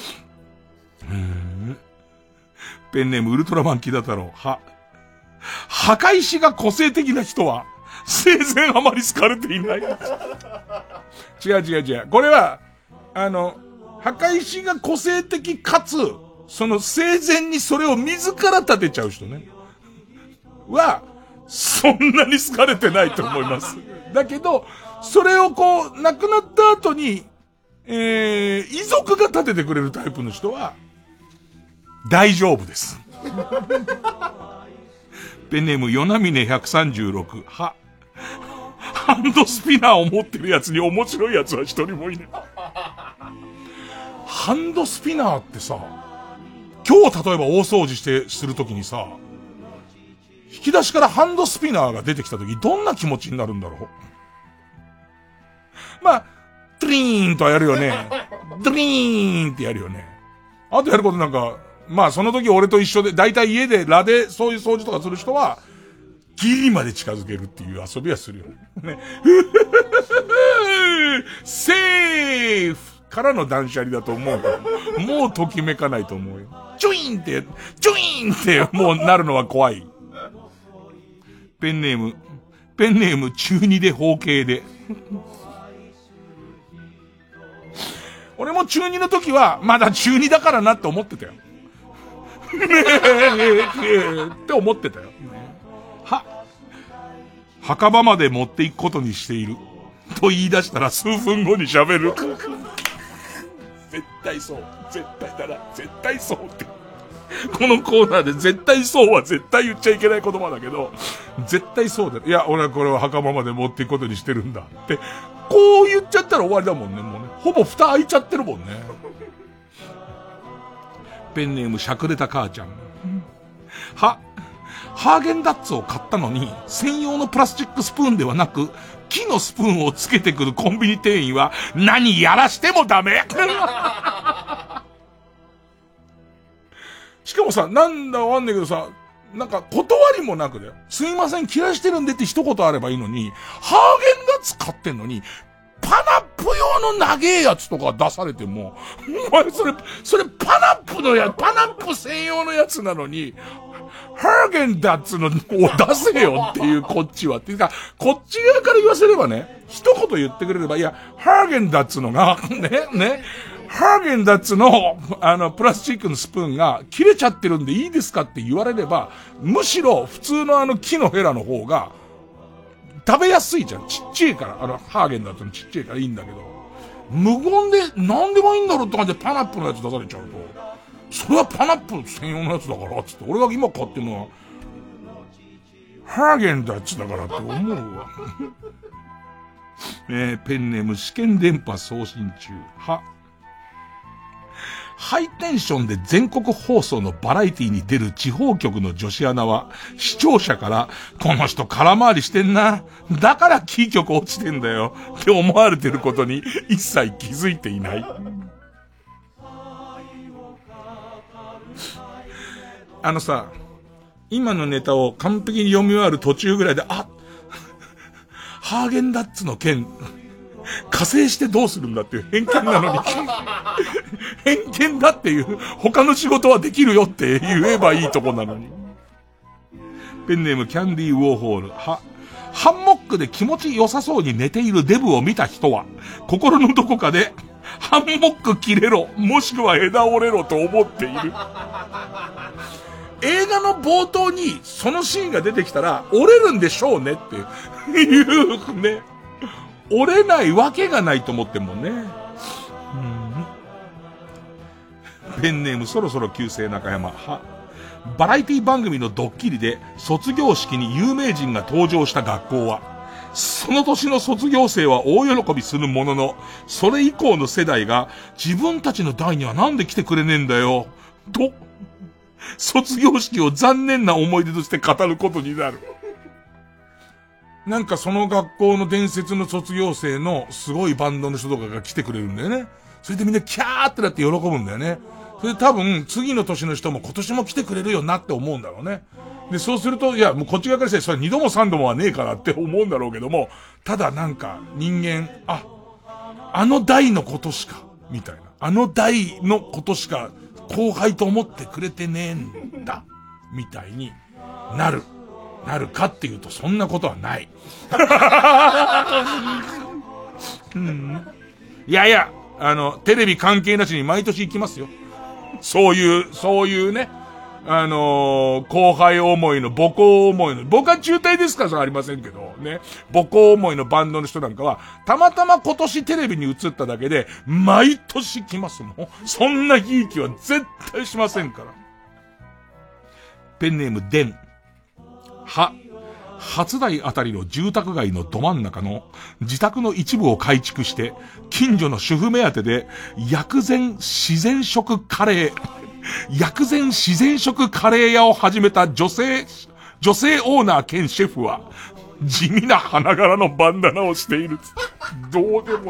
ペンネームウルトラマンキダ太郎。墓石が個性的な人は生前あまり好かれていない。違う。これは、墓石が個性的かつ、その生前にそれを自ら立てちゃう人ね。は、そんなに好かれてないと思います。だけど、それをこう、亡くなった後に、遺族が立ててくれるタイプの人は、大丈夫です。ペンネーム、ヨナミネ136。ハンドスピナーを持ってるやつに面白いやつは一人もいない。ハンドスピナーってさ、今日例えば大掃除するときにさ、引き出しからハンドスピナーが出てきたとき、どんな気持ちになるんだろう。まあ、トゥリーンとはやるよね。ドリーンってやるよね。あとやることなんか、まあその時俺と一緒で、だいたい家でラでそういう掃除とかする人は、ギリまで近づけるっていう遊びはするよね。セーフからの断捨離だと思うよ。もうときめかないと思うよ。チュイーンってもうなるのは怖い。ペンネーム中2で包茎で。俺も中2の時は、まだ中2だからなって思ってたよ。って思ってたよ。墓場まで持っていくことにしている。と言い出したら数分後に喋る。絶対そう。絶対そうって。このコーナーで絶対そうは絶対言っちゃいけない言葉だけど、絶対そうだよ。いや、俺はこれは墓場まで持っていくことにしてるんだって。こう言っちゃったら終わりだもんね、もうね。ほぼ蓋開いちゃってるもんね。ペンネームしゃくれた母ちゃん。ハーゲンダッツを買ったのに、専用のプラスチックスプーンではなく、木のスプーンをつけてくるコンビニ店員は、何やらしてもダメしかもさ、なんだわかんないけどさ、なんか断りもなくだよ。すいません、切らしてるんでって一言あればいいのに、ハーゲンダッツ買ってんのに、パナップ用の長えやつとか出されても、お前それパナップ専用のやつなのに、ハーゲンダッツのを出せよっていうこっちは。っていうか、こっち側から言わせればね、一言言ってくれれば、いや、ハーゲンダッツのが、ハーゲンダッツの、プラスチックのスプーンが切れちゃってるんでいいですかって言われれば、むしろ普通の木のヘラの方が、食べやすいじゃん。ちっちゃいから。ハーゲンダッツのちっちゃいからいいんだけど、無言で何でもいいんだろうって感じでパナップのやつ出されちゃうと、それはパナップ専用のやつだから、つって、俺が今買ってるのは、ハーゲンダッツだからって思うわ。ペンネーム試験電波送信中。ハイテンションで全国放送のバラエティに出る地方局の女子アナは、視聴者から、この人空回りしてんな。だからキー局落ちてんだよ。って思われてることに一切気づいていない。今のネタを完璧に読み終わる途中ぐらいで、ハーゲンダッツの件、加勢してどうするんだっていう偏見なのに偏見だっていう他の仕事はできるよって言えばいいとこなのに。ペンネームキャンディーウォーホール。ハンモックで気持ち良さそうに寝ているデブを見た人は心のどこかでハンモック切れろもしくは枝折れろと思っている。映画の冒頭にそのシーンが出てきたら折れるんでしょうねっていうね。折れないわけがないと思ってんもんね。ペンネームそろそろ旧姓中山。バラエティ番組のドッキリで卒業式に有名人が登場した学校は、 その年の卒業生は大喜びするものの、それ以降の世代が自分たちの代にはなんで来てくれねえんだよ、と、卒業式を残念な思い出として語ることになる。なんかその学校の伝説の卒業生のすごいバンドの人とかが来てくれるんだよね。それでみんなキャーってなって喜ぶんだよね。それで多分次の年の人も今年も来てくれるよなって思うんだろうね。で、そうすると、いや、もうこっち側からしてそれ2度も3度もはねえからって思うんだろうけども、ただなんか人間、あの代のことしか、みたいな。あの代のことしか後輩と思ってくれてねえんだ、みたいになるかっていうとそんなことはない。いやいや、テレビ関係なしに毎年行きますよ。そういうね、後輩思いの、母校思いの、僕は中退ですからさありませんけど、ね、母校思いのバンドの人なんかは、たまたま今年テレビに映っただけで、毎年来ますもん。そんなひいきは絶対しませんから。ペンネームデン。初台あたりの住宅街のど真ん中の自宅の一部を改築して、近所の主婦目当てで薬膳自然食カレー屋を始めた女性オーナー兼シェフは、地味な花柄のバンダナをしている。どうで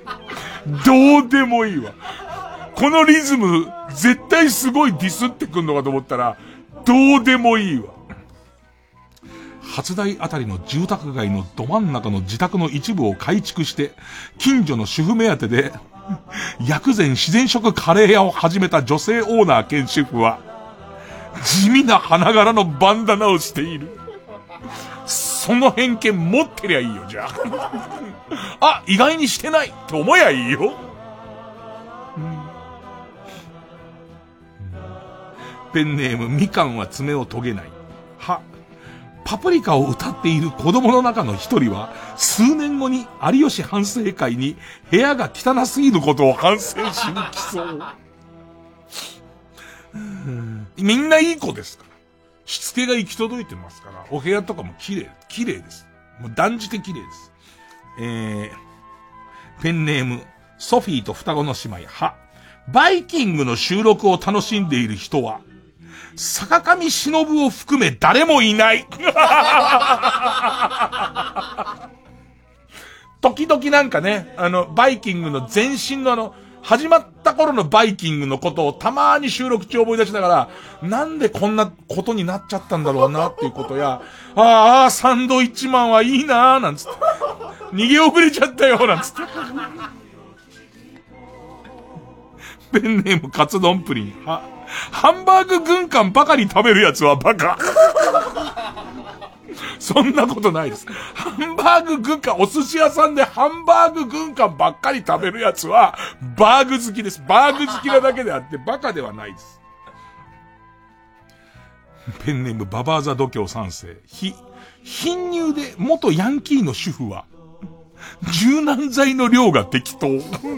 もいいわ。このリズム、絶対すごいディスってくんのかと思ったら、どうでもいいわ。初台あたりの住宅街のど真ん中の自宅の一部を改築して、近所の主婦目当てで、薬膳自然食カレー屋を始めた女性オーナー兼シェフは、地味な花柄のバンダナをしている。その偏見持ってりゃいいよ、じゃあ。意外にしてないって思えばいいよ。ペンネーム、みかんは爪を研げない。パプリカを歌っている子供の中の一人は、数年後に有吉反省会に部屋が汚すぎることを反省しに来そう。みんないい子ですから。しつけが行き届いてますから、お部屋とかも綺麗です。もう断じて綺麗です。ペンネーム、ソフィーと双子の姉妹。バイキングの収録を楽しんでいる人は、坂上忍を含め誰もいない。時々なんかね、バイキングの前身の始まった頃のバイキングのことをたまに収録中思い出しながら、なんでこんなことになっちゃったんだろうなっていうことや、サンドイッチマンはいいなーなんつって。逃げ遅れちゃったよなんつって。ペンネームカツ丼プリン。ハンバーグ軍艦ばかり食べるやつはバカ。そんなことないです。ハンバーグ軍艦、お寿司屋さんでハンバーグ軍艦ばっかり食べるやつはバーグ好きです。バーグ好きなだけであってバカではないです。ペンネームババーザ度胸三世。貧乳で元ヤンキーの主婦は柔軟剤の量が適当。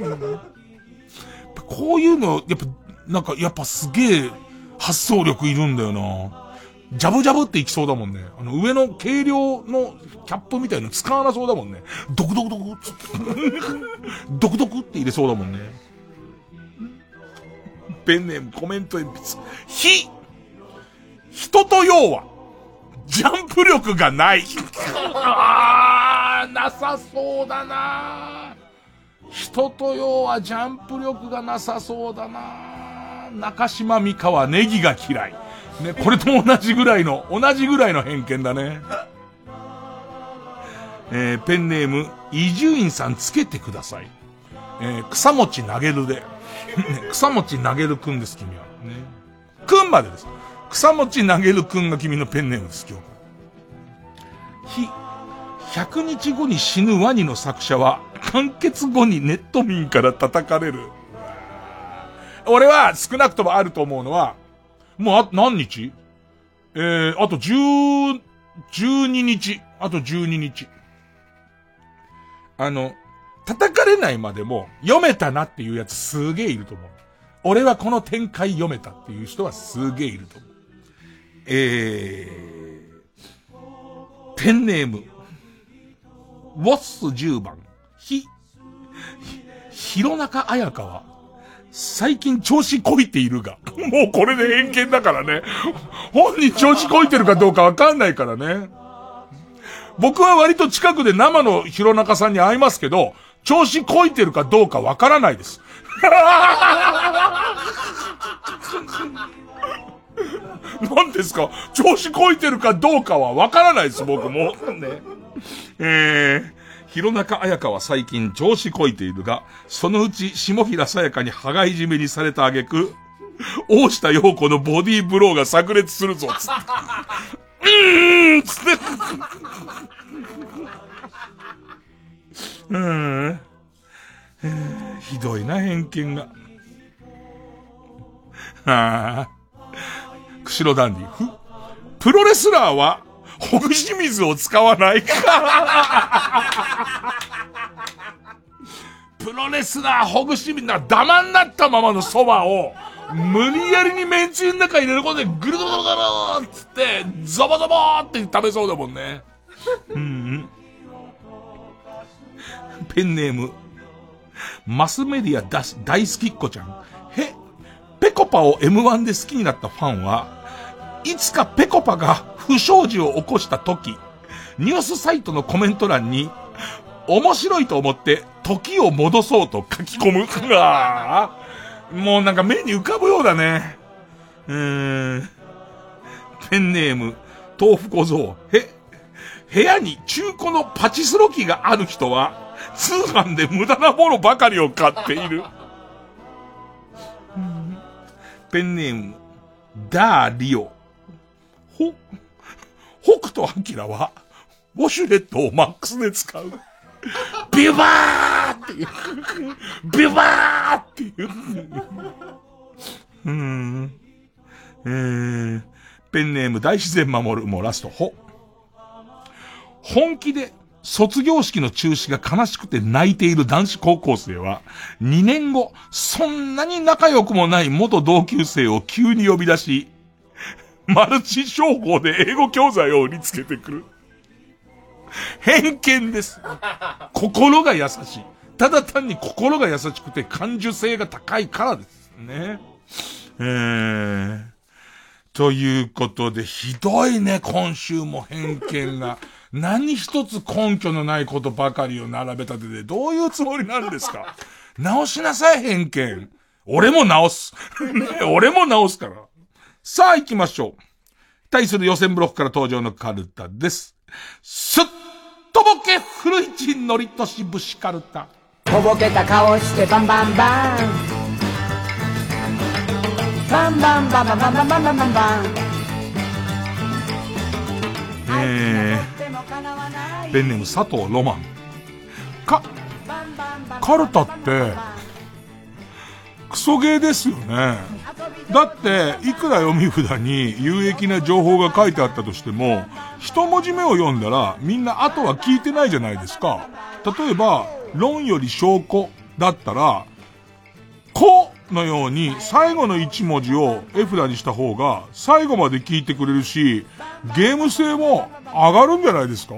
こういうのやっぱすげえ発想力いるんだよな。ジャブジャブっていきそうだもんね。上の軽量のキャップみたいの使わなそうだもんね。ドクドクドクってドクドクって入れそうだもんね。ペンネームコメント鉛筆。人と要はジャンプ力がない。なさそうだな。人と要はジャンプ力がなさそうだな。中島美嘉はネギが嫌い。ね、これと同じぐらいの偏見だね。ペンネーム、伊集院さんつけてください。草餅投げるで。草餅投げるくんです、君は。ね。くんまでです。草餅投げるくんが君のペンネームです、今日。100日後に死ぬワニの作者は、完結後にネット民から叩かれる。俺は少なくともあると思うのは、もう何日？あと12日。あと12日。叩かれないまでも読めたなっていうやつすげえいると思う。俺はこの展開読めたっていう人はすげえいると思う。ペンネーム。 ウォッス10番、弘中綾香は、最近調子こいているが。もうこれで偏見だからね。本人調子こいてるかどうかわかんないからね。僕は割と近くで生の弘中さんに会いますけど、調子こいてるかどうかわからないです。何ですか？調子こいてるかどうかはわからないです、僕も。ね。弘中綾香は最近調子こいているが、そのうち下平さやかに羽交い締めにされた挙句、大下陽子のボディーブローが炸裂するぞ、つって。つって。ひどいな、偏見が。釧路ダンディ。プロレスラーは、ほぐし水を使わないプロレスラーほぐし水な、ダマになったままのそばを、無理やりにめんつゆの中入れることで、ぐるぐるぐるぐるっつって、ゾボゾボーって食べそうだもんね。ペンネーム、マスメディア大好きっ子ちゃん。ペコパを M1 で好きになったファンは、いつかペコパが不祥事を起こした時、ニュースサイトのコメント欄に、面白いと思って時を戻そうと書き込む。もうなんか目に浮かぶようだね。ペンネーム、豆腐小僧。部屋に中古のパチスロ機がある人は、通販で無駄なものばかりを買っている。ペンネーム、ダーリオ。北斗晶は、ウォシュレットをマックスで使う。ビュバーっていう。ビュバーっていう。ペンネーム、大自然守る。もうラスト。本気で、卒業式の中止が悲しくて泣いている男子高校生は、2年後、そんなに仲良くもない元同級生を急に呼び出し、マルチ商法で英語教材を売りつけてくる。偏見です。心が優しい。ただ単に心が優しくて感受性が高いからですね。ということで、ひどいね、今週も偏見が。何一つ根拠のないことばかりを並べ立てて、どういうつもりなんですか？直しなさい、偏見。俺も直す。ね、俺も直すから。さあ行きましょう。対する予選ブロックから登場のカルタです。すっとぼけ古市のりとし節カルタ。 とぼけた顔してバンバンバン。バンバンバンバンバンバンバンバンバンバン。 ペンネーム佐藤ロマン。カルタって、クソゲーですよね。だって、いくら読み札に有益な情報が書いてあったとしても、一文字目を読んだら、みんな後は聞いてないじゃないですか。例えば、論より証拠だったら、このように最後の一文字を絵札にした方が最後まで聞いてくれるし、ゲーム性も上がるんじゃないですか？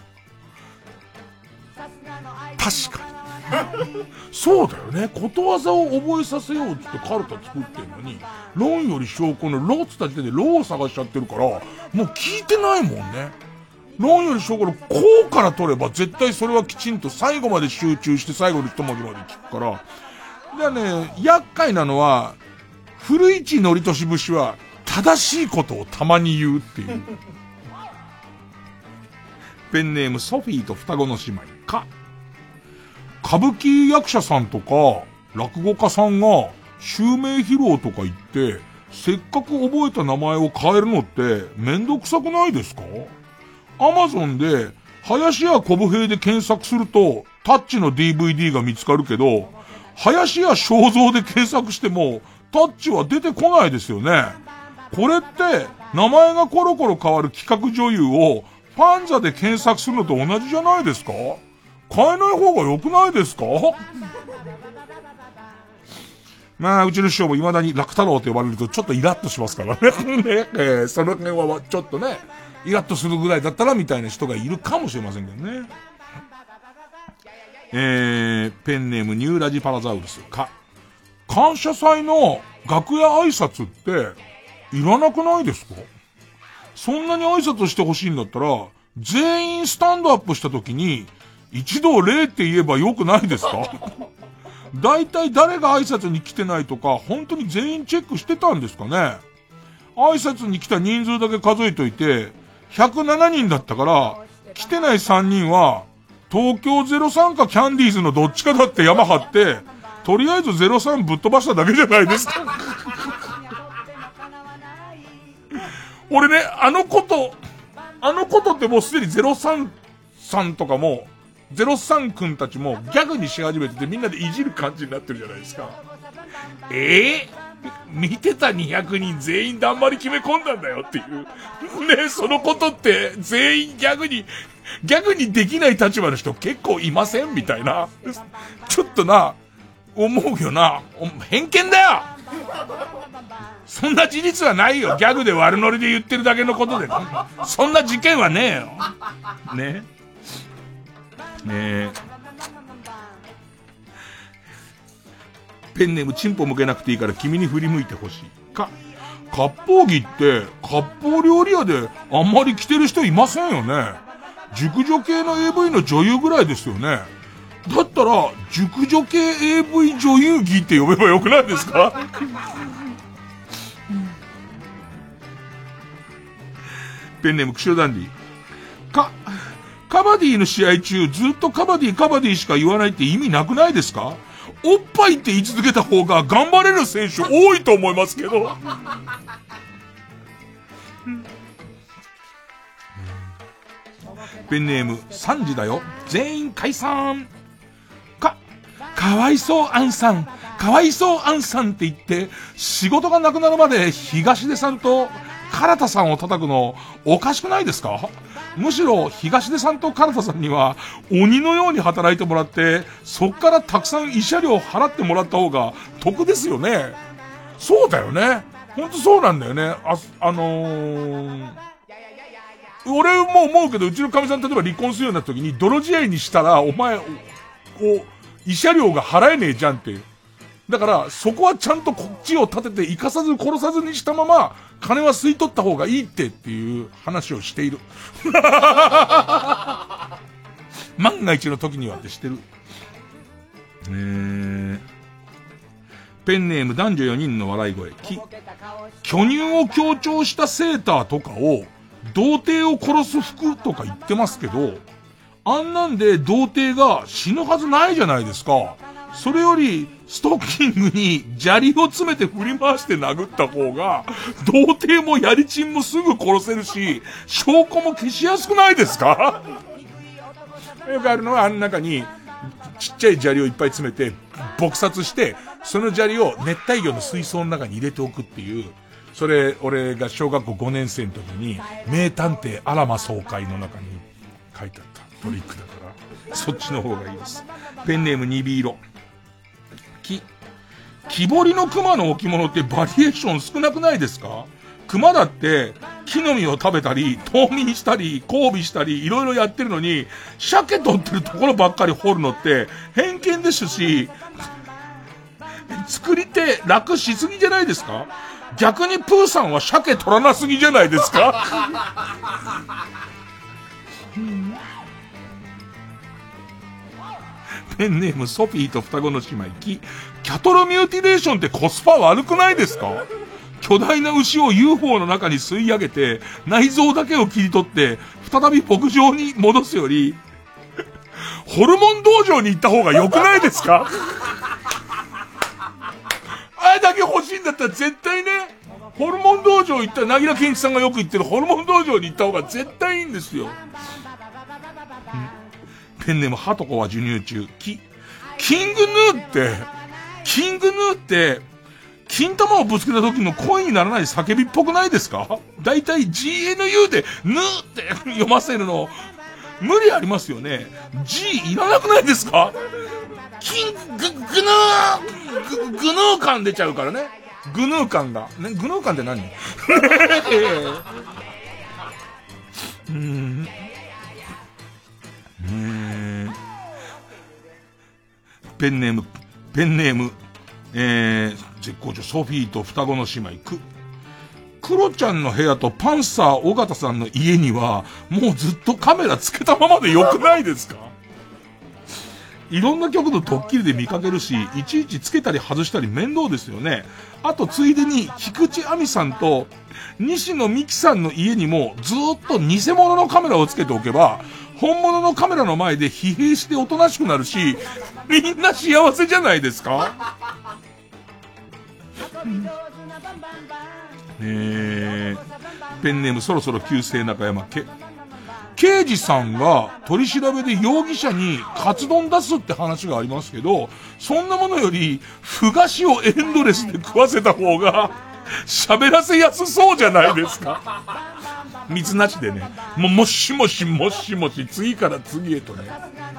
確かに。そうだよね。ことわざを覚えさせようってカルタ作ってんのに、論より証拠のローつった時点でローを探しちゃってるから、もう聞いてないもんね。論より証拠のこうから取れば絶対それはきちんと最後まで集中して最後の一文字まで聞くから。だね、厄介なのは、古市のりとし節は正しいことをたまに言うっていう。ペンネームソフィーと双子の姉妹か。歌舞伎役者さんとか落語家さんが襲名披露とか言ってせっかく覚えた名前を変えるのってめんどくさくないですか？アマゾンで林家小武平で検索するとタッチの DVD が見つかるけど、林家正蔵で検索してもタッチは出てこないですよね。これって名前がコロコロ変わる企画女優をファンザで検索するのと同じじゃないですか？変えない方が良くないですか？まあ、うちの師匠も未だに楽太郎と呼ばれるとちょっとイラッとしますからね。その辺はちょっとね、イラッとするぐらいだったらみたいな人がいるかもしれませんけどね。 ペンネームニューラジパラザウルス。感謝祭の楽屋挨拶っていらなくないですか？そんなに挨拶してほしいんだったら、全員スタンドアップした時に一度礼って言えばよくないですか？だいたい誰が挨拶に来てないとか本当に全員チェックしてたんですかね。挨拶に来た人数だけ数えといて107人だったから、来てない3人は東京03かキャンディーズのどっちかだって山張って、とりあえず03ぶっ飛ばしただけじゃないですか。俺ね、あのことってもうすでに03さんとかも03くんたちもギャグにし始めてて、みんなでいじる感じになってるじゃないですか。見てた200人全員だんまり決め込んだんだよっていうね。そのことって全員ギャグにできない立場の人結構いませんみたいな、ちょっとな思うよな。偏見だよ。そんな事実はないよ。ギャグで悪ノリで言ってるだけのことで、そんな事件はねえよね。ペンネームチンポ向けなくていいから君に振り向いてほしい。割烹着って割烹料理屋であんまり着てる人いませんよね。熟女系の AV の女優ぐらいですよね。だったら熟女系 AV 女優着って呼べばよくないですか？ペンネームクシュダンディ。カバディの試合中ずっとカバディしか言わないって意味なくないですか？おっぱいって言い続けた方が頑張れる選手多いと思いますけど。ペンネーム3時だよ全員解散。かわいそうアンさんって言って仕事がなくなるまで東出さんと唐田さんを叩くのおかしくないですか？むしろ東出さんと唐田さんには鬼のように働いてもらって、そっからたくさん慰謝料払ってもらった方が得ですよね。そうだよね。ほんとそうなんだよね。俺も思うけど、うちのかみさん例えば離婚するようになった時に泥仕合にしたらお前慰謝料が払えねえじゃんっていう。だからそこはちゃんとこっちを立てて生かさず殺さずにしたまま金は吸い取った方がいいっていう話をしている。万が一の時にはってしてる。ペンネーム男女4人の笑い声。巨乳を強調したセーターとかを童貞を殺す服とか言ってますけど、あんなんで童貞が死ぬはずないじゃないですか。それよりストッキングに砂利を詰めて振り回して殴った方が童貞もやりちんもすぐ殺せるし、証拠も消しやすくないですか？よくあるのはあの中にちっちゃい砂利をいっぱい詰めて撲殺して、その砂利を熱帯魚の水槽の中に入れておくっていう。それ俺が小学校5年生の時に名探偵アラマ総会の中に書いてあったトリックだから、そっちの方がいいです。ペンネームニビ色。木彫りの熊の置物ってバリエーション少なくないですか？熊だって木の実を食べたり冬眠したり交尾したりいろいろやってるのに、鮭取ってるところばっかり掘るのって偏見ですし、作り手楽しすぎじゃないですか？逆にプーさんは鮭取らなすぎじゃないですか？ペンネームソフィーと双子の姉妹。キャトルミューティレーションってコスパ悪くないですか？巨大な牛を UFO の中に吸い上げて内臓だけを切り取って再び牧場に戻すよりホルモン道場に行った方が良くないですか？あれだけ欲しいんだったら絶対ね、ホルモン道場行ったら、なぎら健一さんがよく言ってるホルモン道場に行った方が絶対いいんですよ。ペンネームハトコは授乳中。キングヌーって金玉をぶつけた時の声にならない叫びっぽくないですか？だいたい GNU でヌーって読ませるの無理ありますよね。G いらなくないですか？グヌー感出ちゃうからね。グヌー感がね。グヌー感って何？ ペンネーム、絶好調、ソフィーと双子の姉妹、クロちゃんの部屋とパンサー尾形さんの家には、もうずっとカメラつけたままでよくないですか？いろんな曲のドッキリで見かけるし、いちいちつけたり外したり面倒ですよね。あとついでに、菊池亜美さんと西野美紀さんの家にもずっと偽物のカメラをつけておけば、本物のカメラの前で疲弊しておとなしくなるし、みんな幸せじゃないですか？ペンネームそろそろ旧姓中山刑事さんが取り調べで容疑者にカツ丼出すって話がありますけど、そんなものよりふがしをエンドレスで食わせた方が喋らせやすそうじゃないですか。水なしでね、もしもし次から次へとね。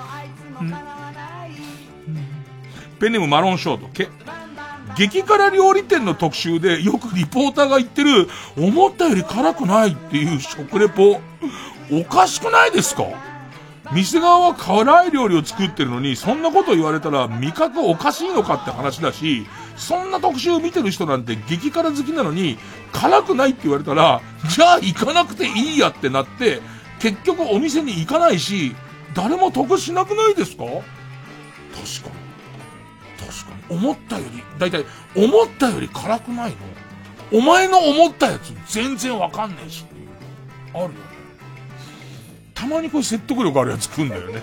ペンネームマロンショート激辛料理店の特集でよくリポーターが言ってる思ったより辛くないっていう食レポ、おかしくないですか？店側は辛い料理を作ってるのに、そんなこと言われたら味覚おかしいのかって話だし、そんな特集を見てる人なんて激辛好きなのに辛くないって言われたら、じゃあ行かなくていいやってなって、結局お店に行かないし、誰も得しなくないですか？確かに思ったより辛くないの？お前の思ったやつ全然わかんねえしっていう。あるよね。たまにこう説得力あるやつ食うんだよね。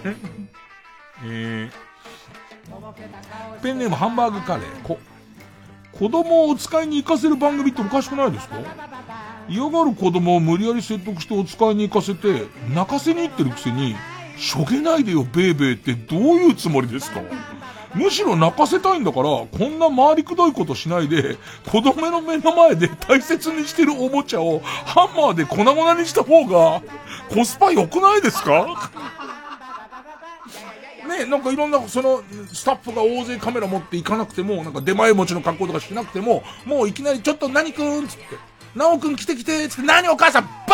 ペンネームハンバーグカレー。子供をお使いに行かせる番組っておかしくないですか？嫌がる子供を無理やり説得してお使いに行かせて、泣かせに行ってるくせに、しょげないでよベーベーってどういうつもりですか？むしろ泣かせたいんだから、こんな回りくどいことしないで、子供の目の前で大切にしてるおもちゃをハンマーで粉々にした方がコスパ良くないですか？ね、なんかいろんなスタッフが大勢カメラ持っていかなくても、なんか出前持ちの格好とかしなくても、もういきなりちょっと何くんつって、なおくん来てつって、何お母さんバー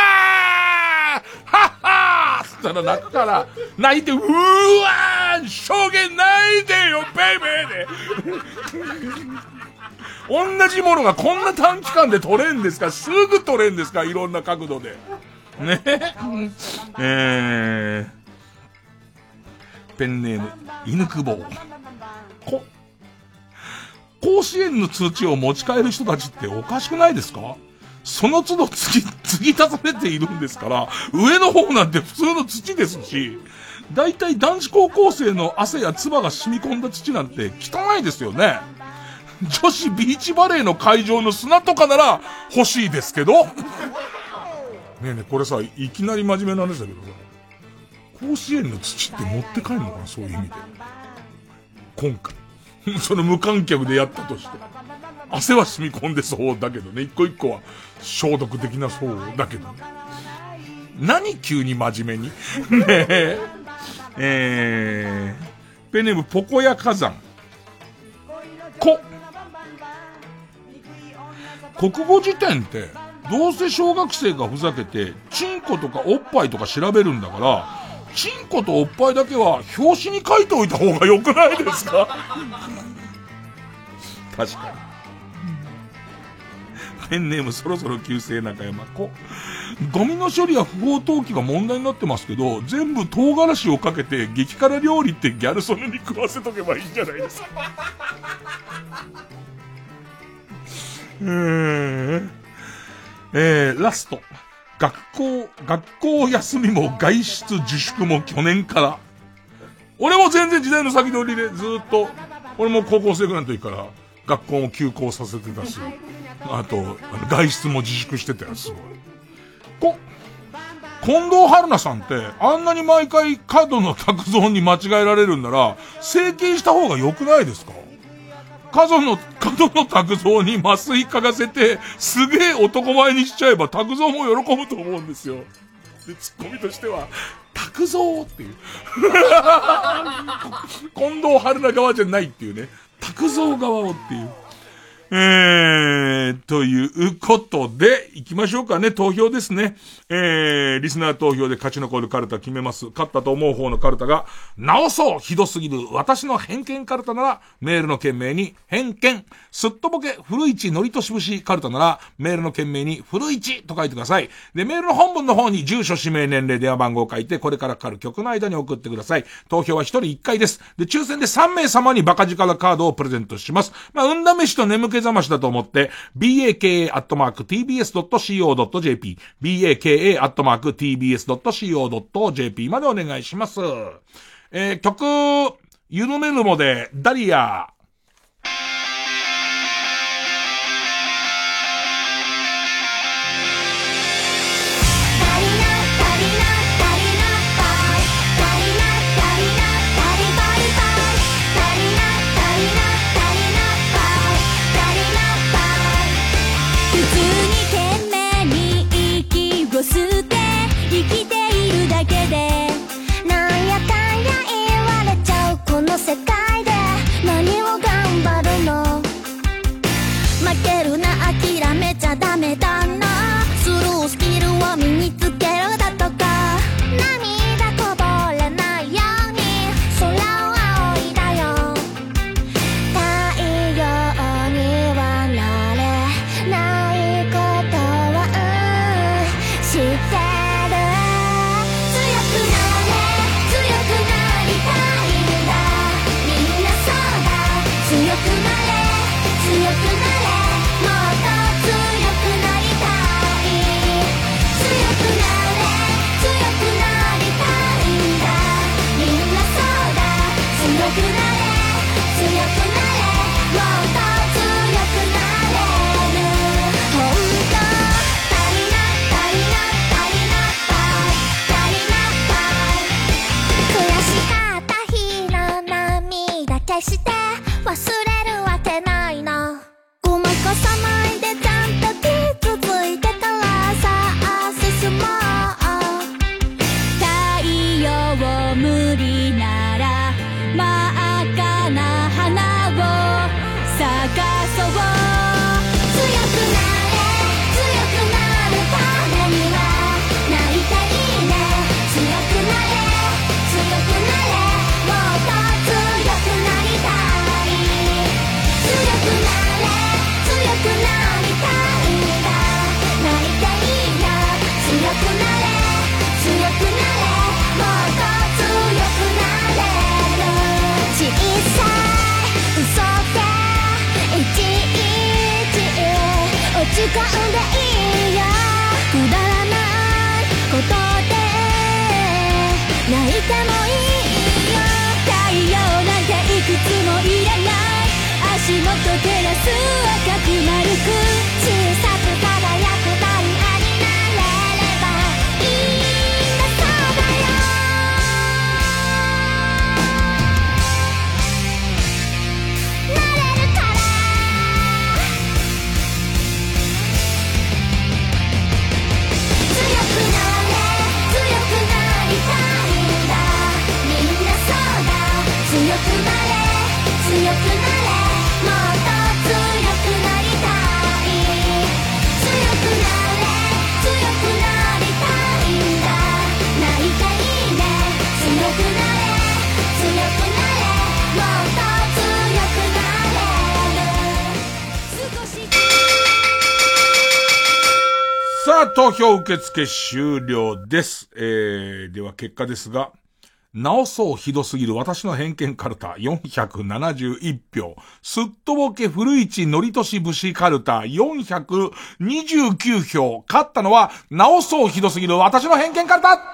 はっはーつったら泣くから、泣いて、うーわーしょげないでよベイベーで同じものがこんな短期間で撮れんですか？すぐ撮れんですか？いろんな角度でね。ペンネーム犬久保。甲子園の通知を持ち帰る人たちっておかしくないですか？その都度継ぎ足されているんですから、上の方なんて普通の土ですし、だいたい男子高校生の汗や唾が染み込んだ土なんて汚いですよね。女子ビーチバレーの会場の砂とかなら欲しいですけど。ねえねえ、これさ、いきなり真面目な話だけどさ、甲子園の土って持って帰るのかな、そういう意味で。今回。その無観客でやったとして。汗は染み込んでそうだけどね。一個一個は消毒的なそうだけどね。何急に真面目にねえ。ペンネームポコヤ火山。国語辞典ってどうせ小学生がふざけてチンコとかおっぱいとか調べるんだから、チンコとおっぱいだけは表紙に書いておいた方が良くないですか？確かに。ペンネームそろそろ旧姓中山。ゴミの処理や不法投棄が問題になってますけど、全部唐辛子をかけて激辛料理ってギャル曽根に食わせとけばいいんじゃないですか。ラスト。学校休みも外出自粛も去年から。俺も全然時代の先取りでずっと、俺も高校生ぐらいの時から学校も休校させてたし、あと、外出も自粛してたよ、すごい。近藤春菜さんって、あんなに毎回角の卓造に間違えられるんなら、整形した方が良くないですか？角の卓造に麻酔嗅がせて、すげえ男前にしちゃえば卓造も喜ぶと思うんですよ。で、ツッコミとしては、卓造っていう。近藤春菜側じゃないっていうね。卓造側をっていう。 ということで、行きましょうかね。投票ですね。リスナー投票で勝ち残るカルタ決めます。勝ったと思う方のカルタが、直そうひどすぎる私の偏見カルタなら、メールの件名に偏見、すっとぼけ古市のりとしぶしカルタなら、メールの件名に古市と書いてください。で、メールの本文の方に住所、氏名、年齢、電話番号を書いて、これからかかる曲の間に送ってください。投票は1人1回です。で、抽選で3名様にバカ力カードをプレゼントします。運試しと眠気覚ましだと思って、baka@tbs.co.jp、baka@tbs.co.jp までお願いします。曲、ゆるめるもで、ダリア。 吸って生きているだけでなんやかんや言われちゃうこの世界で何を頑張るの負けるな諦めちゃダメだなスルースキルを身につけるだとか涙こぼれないように空を仰いだよ太陽にはなれないことは知ってる強くなれ強くなりたいんだみんなそうだ強くなれ強くなれもっと強くなりたい強くなれ強くなりたいんだみんなそうだ強くなれ強くなれもっと強くなれる本当足りな足りな足りな足りな悔しかった日の涙消して忘れるわけないなごまかさないでちゃんと傷ついてからさあ進もう太陽無理なら真っ赤な花を咲かそう強くなれ強くなるためには泣いていいね強くなれ強くなれもっと強くなりたい強くなれ強くなりたいんだ泣いていいよ強くなれ強くなれもっと強くなれる小さい嘘でいちいち落ち込んでいいよくだらないことで泣いてもいいよ太陽なんていくつもいらない足元照らす赤く丸く小さく輝くダイヤになれればいいんだそうだよなれるから強くなれ強くなりたいんだみんなそうだ強くなれ強くなれもっと強くなりたい強くなれ強くなりたいんだ泣いていいね強くなれ強くなれもっと強くなれる少しさあ、投票受付終了です。では結果ですが、直そうひどすぎる私の偏見カルタ471票。すっとぼけ古市のりとし節カルタ429票。勝ったのは直そうひどすぎる私の偏見カルタ。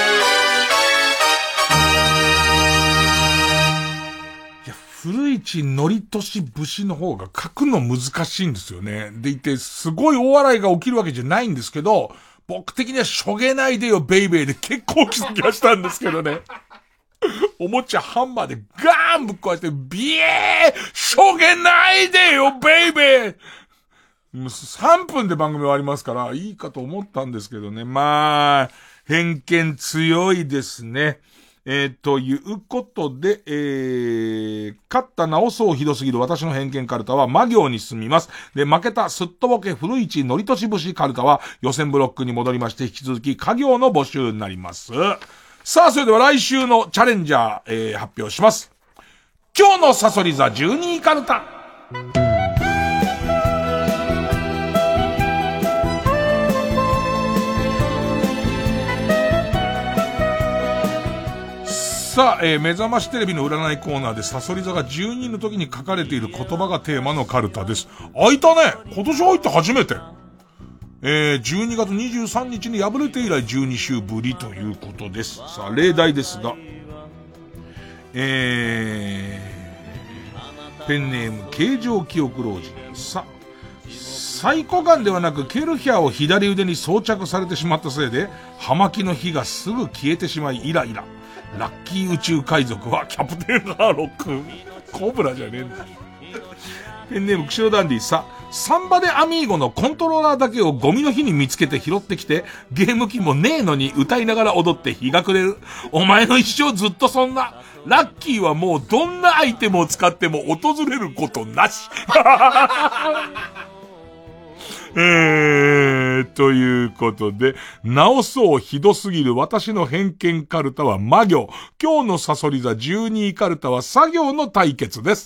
古市のりとし節の方が書くの難しいんですよね。でいて、すごい大笑いが起きるわけじゃないんですけど、僕的にはしょげないでよベイベーで結構気づきはしたんですけどね。おもちゃハンマーでガーンぶっ壊して、ビエーしょげないでよベイベー3分で番組終わりますから、いいかと思ったんですけどね。まあ、偏見強いですね。 ということで、勝った直そうひどすぎる私の偏見カルタは魔行に進みます。で、負けたすっとぼけ古市のりとし節カルタは予選ブロックに戻りまして、引き続き家業の募集になります。さあ、それでは来週のチャレンジャー、発表します。今日のサソリ座12位カルタ。さあ、目覚ましテレビの占いコーナーでサソリ座が12の時に書かれている言葉がテーマのカルタです。開いたね。今年入って初めて。12月23日に敗れて以来12週ぶりということです。さあ、例題ですが、ペンネーム形状記憶老人。さ、サイコガンではなくケルヒャーを左腕に装着されてしまったせいで、葉巻の火がすぐ消えてしまいイライラ。ラッキー宇宙海賊はキャプテンハーロック。コブラじゃねえんだ。ペンネームクシロダンディ。さ、サンバでアミーゴのコントローラーだけをゴミの日に見つけて拾ってきて、ゲーム機もねえのに歌いながら踊って日が暮れる。お前の一生ずっとそんな。ラッキーはもうどんなアイテムを使っても訪れることなし。ということで、直そうひどすぎる私の偏見カルタは魔行。今日のサソリ座12位カルタは作業の対決です。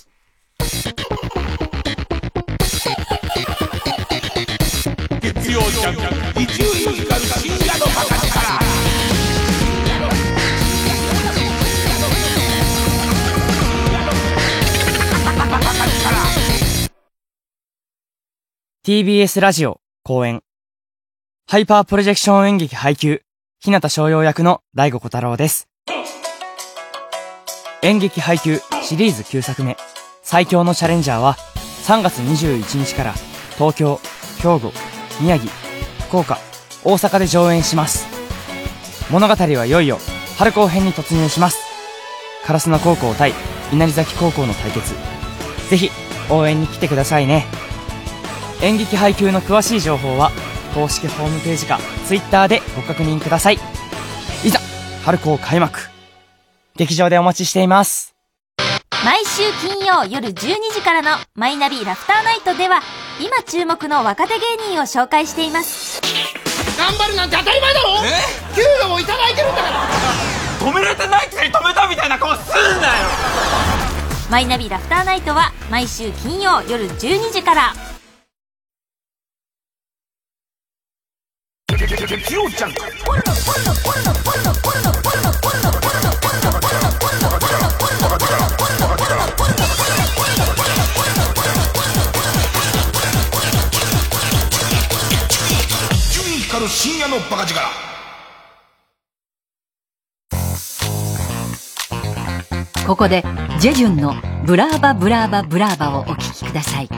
月曜ジャンク伊集院光深夜のバカ力。 TBS ラジオ公演ハイパープロジェクション演劇配給日向翔陽役の大吾小太郎です。演劇配給シリーズ9作目最強のチャレンジャーは3月21日から東京、兵庫、宮城、福岡、大阪で上演します。物語はいよいよ春高編に突入します。烏野高校対稲荷崎高校の対決、ぜひ応援に来てくださいね。演劇配給の詳しい情報は公式ホームページか Twitter でご確認ください。いざ春高開幕、劇場でお待ちしています。 毎週金曜夜12時からのマイナビラフターナイトでは今注目の若手芸人を紹介しています。 頑張るなんて当たり前だろ。給料もいただいてるんだから。 止められてないくせに止めたみたいな顔すんなよ。 マイナビラフターナイトは毎週金曜夜12時から。 月曜ジャンク伊集院光深夜のバカ力。 ここでジェジュンのブラーバブラーバブラーバをお聴きください。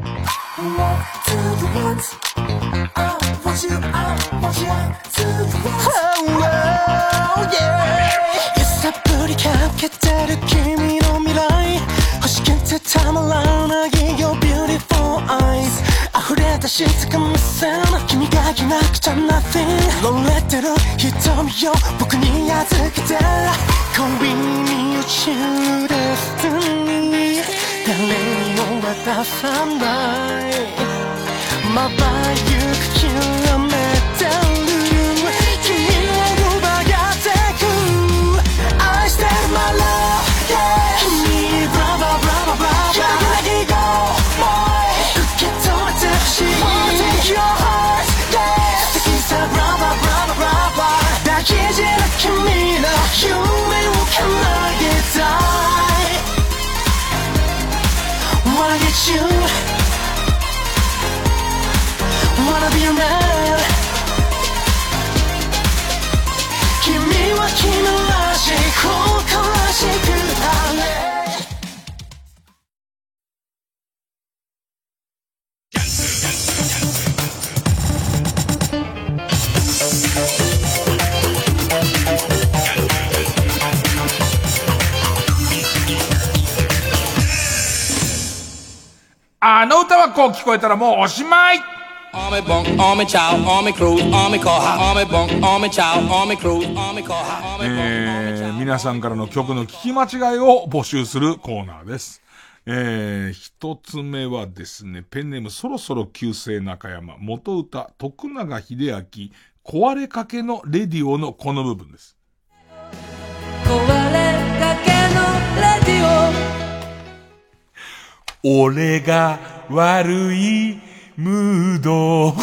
揺さぶりかけてる君の未来、欲しくてたまらない Your beautiful eyes、 溢れ出しつかむ線、君がいなくちゃ Nothing、 漏れてる瞳を僕に預けて、恋に落ちるデスティニー、誰にも渡さないまばゆくきらめてる君を奪ってく、愛してる My love、 君ブラバブラバブラバ Let it go boy、 受け止めてほしい Take your heart、 素敵さブラバブラバブラバ、抱きしめ君の夢を叶えたい Wanna get you Wanna be your man、 君は君らしい誇らしくあれ。 あの歌はこう聞こえたらもうおしまい。 On me bunk, on me chow, on me cruise, on me koha. On me bunk, on me chow, on me cruise, on me koha. 皆さんからの曲の聞き間違いを募集するコーナーです。一つ目はですね、ペンネームそろそろ旧姓中山、元歌、徳永秀明、壊れかけのレディオのこの部分です。 壊れかけのレディオ。俺が悪いムード。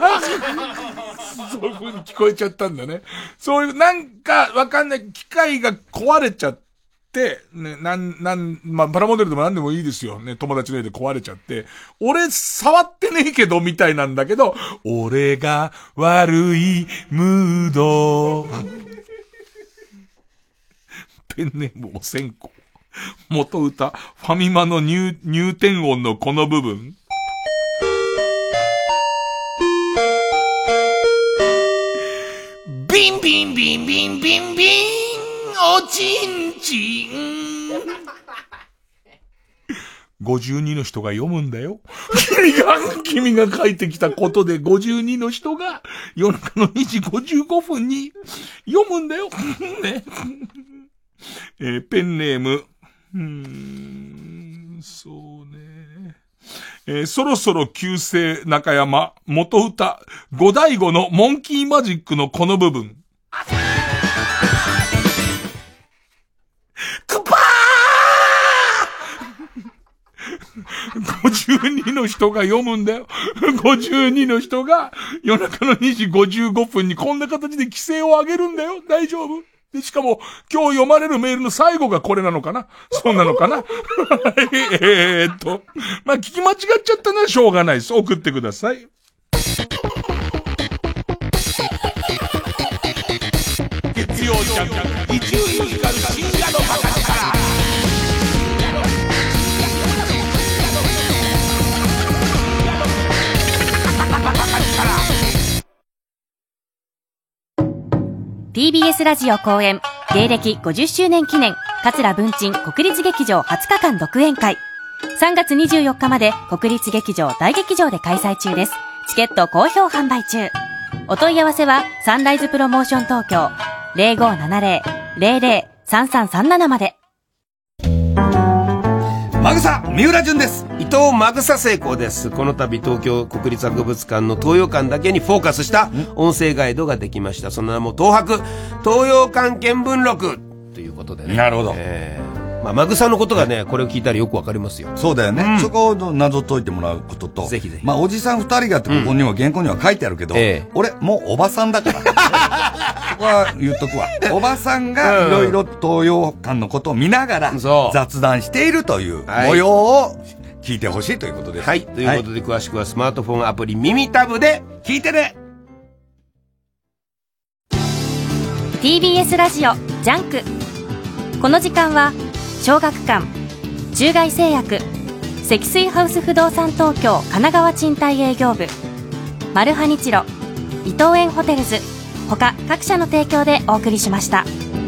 そういう風に聞こえちゃったんだね。そういう、なんかわかんない機械が壊れちゃって、ね、まあ、プラモデルでも何でもいいですよ。ね、友達の家で壊れちゃって、俺触ってねえけど、みたいなんだけど、俺が悪いムード。ペンネームお線香。元歌、ファミマの入店音のこの部分。ビンビンビンビンビンビン、おちんちん。52の人が読むんだよ。君が書いてきたことで52の人が夜中の2時55分に読むんだよ。ね。ペンネーム、そうね。そろそろ旧姓中山、元歌、五大悟のモンキーマジックのこの部分。クパー52の人が読むんだよ。52の人が夜中の2時55分にこんな形で規制を上げるんだよ。大丈夫？で、しかも、今日読まれるメールの最後がこれなのかな？そうなのかなまあ、聞き間違っちゃったのはしょうがないです。送ってください。月曜ジャンク、伊集院光深夜のバカ力。 TBS ラジオ公演芸歴50周年記念桂文鎮国立劇場20日間独演会、3月24日まで国立劇場大劇場で開催中です。チケット好評販売中。お問い合わせはサンライズプロモーション東京 0570-003337 まで。 マグサ三浦淳です。伊藤マグサ成功です。この度東京国立博物館の東洋館だけにフォーカスした音声ガイドができました。その名も東博東洋館見聞録ということでね。 なるほど。 まあ、マグサのことがね、これを聞いたらよくわかりますよ。 そうだよね。そこを謎解いてもらうことと。 ぜひぜひ。 まあ、おじさん二人がってここには、原稿には書いてあるけど、俺、もうおばさんだから。ここは言っとくわ。おばさんがいろいろ東洋館のことを見ながら、雑談しているという模様を聞いてほしいということです。 はい。ということで、詳しくはスマートフォンアプリ耳タブで聞いてね。 TBS ラジオジャンク。この時間は小学館、中外製薬、積水ハウス不動産東京神奈川賃貸営業部、マルハニチロ、伊東園ホテルズ他各社の提供でお送りしました。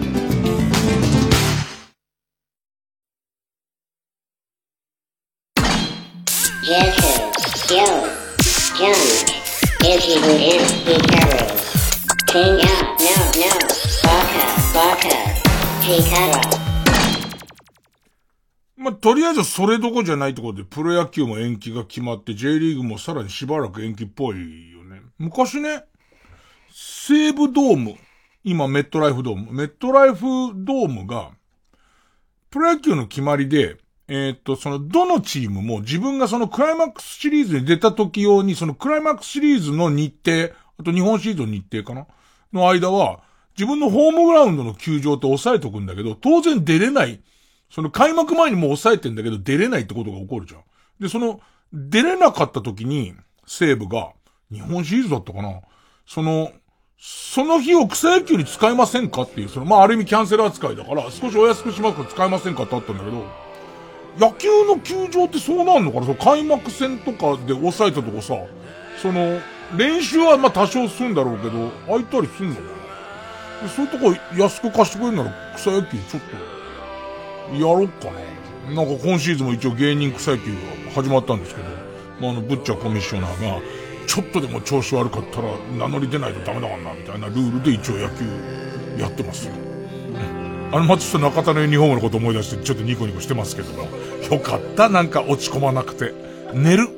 まあ、とりあえずそれどこじゃないところでプロ野球も延期が決まって J リーグもさらにしばらく延期っぽいよね。昔ね、西武ドーム、今メットライフドームがプロ野球の決まりで、そのどのチームも自分がそのクライマックスシリーズに出た時用にそのクライマックスシリーズの日程、あと日本シリーズの日程かなの間は自分のホームグラウンドの球場って抑えとくんだけど、当然出れない。その開幕前にもう抑えてんだけど出れないってことが起こるじゃん。で、その出れなかった時に西武が日本シリーズだったかな、その日を草野球に使いませんかっていう、まあある意味キャンセル扱いだから少しお安くしますから使いませんかってあったんだけど、野球の球場ってそうなんのかな。その開幕戦とかで抑えたとこさ、その練習はまあ多少するんだろうけど空いたりすんのかな。そういうとこ安く貸してくれるなら草野球ちょっとやろっかな。なんか今シーズンも一応芸人草野球が始まったんですけど、まあブッチャーコミッショナーが、 ちょっとでも調子悪かったら名乗り出ないとダメだからなみたいなルールで一応野球やってますよ。松下中田のユニフォームのこと思い出してちょっとニコニコしてますけども、よかった、なんか落ち込まなくて。寝る。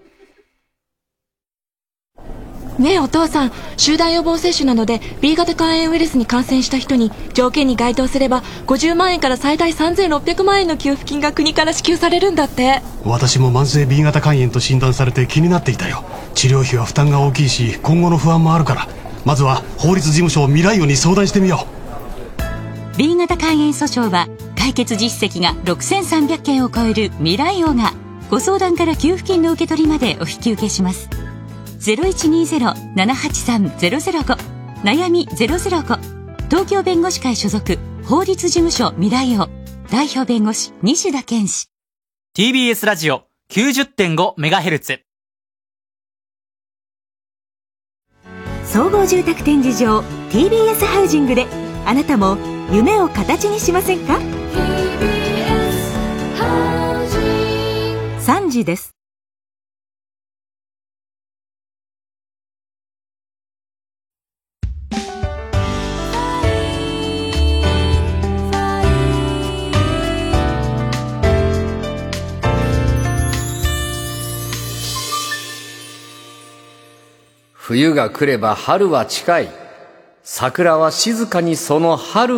ねえお父さん、集団予防接種なので B 型肝炎ウイルスに感染した人に条件に該当すれば50万円から最大3600万円の給付金が国から支給されるんだって。 私も慢性 B 型肝炎と診断されて気になっていたよ。治療費は負担が大きいし今後の不安もあるから、まずは法律事務所未来予に相談してみよう。 B 型肝炎訴訟は解決実績が6300件を超える未来予がご相談から給付金の受け取りまでお引き受けします。0120-783-005 悩み005、東京弁護士会所属法律事務所未来予代表弁護士西田健氏。 TBS ラジオ 90.5MHz 総合住宅展示場 TBS ハウジングであなたも夢を形にしませんか。3時です。 冬が来れば春は近い。桜は静かにその春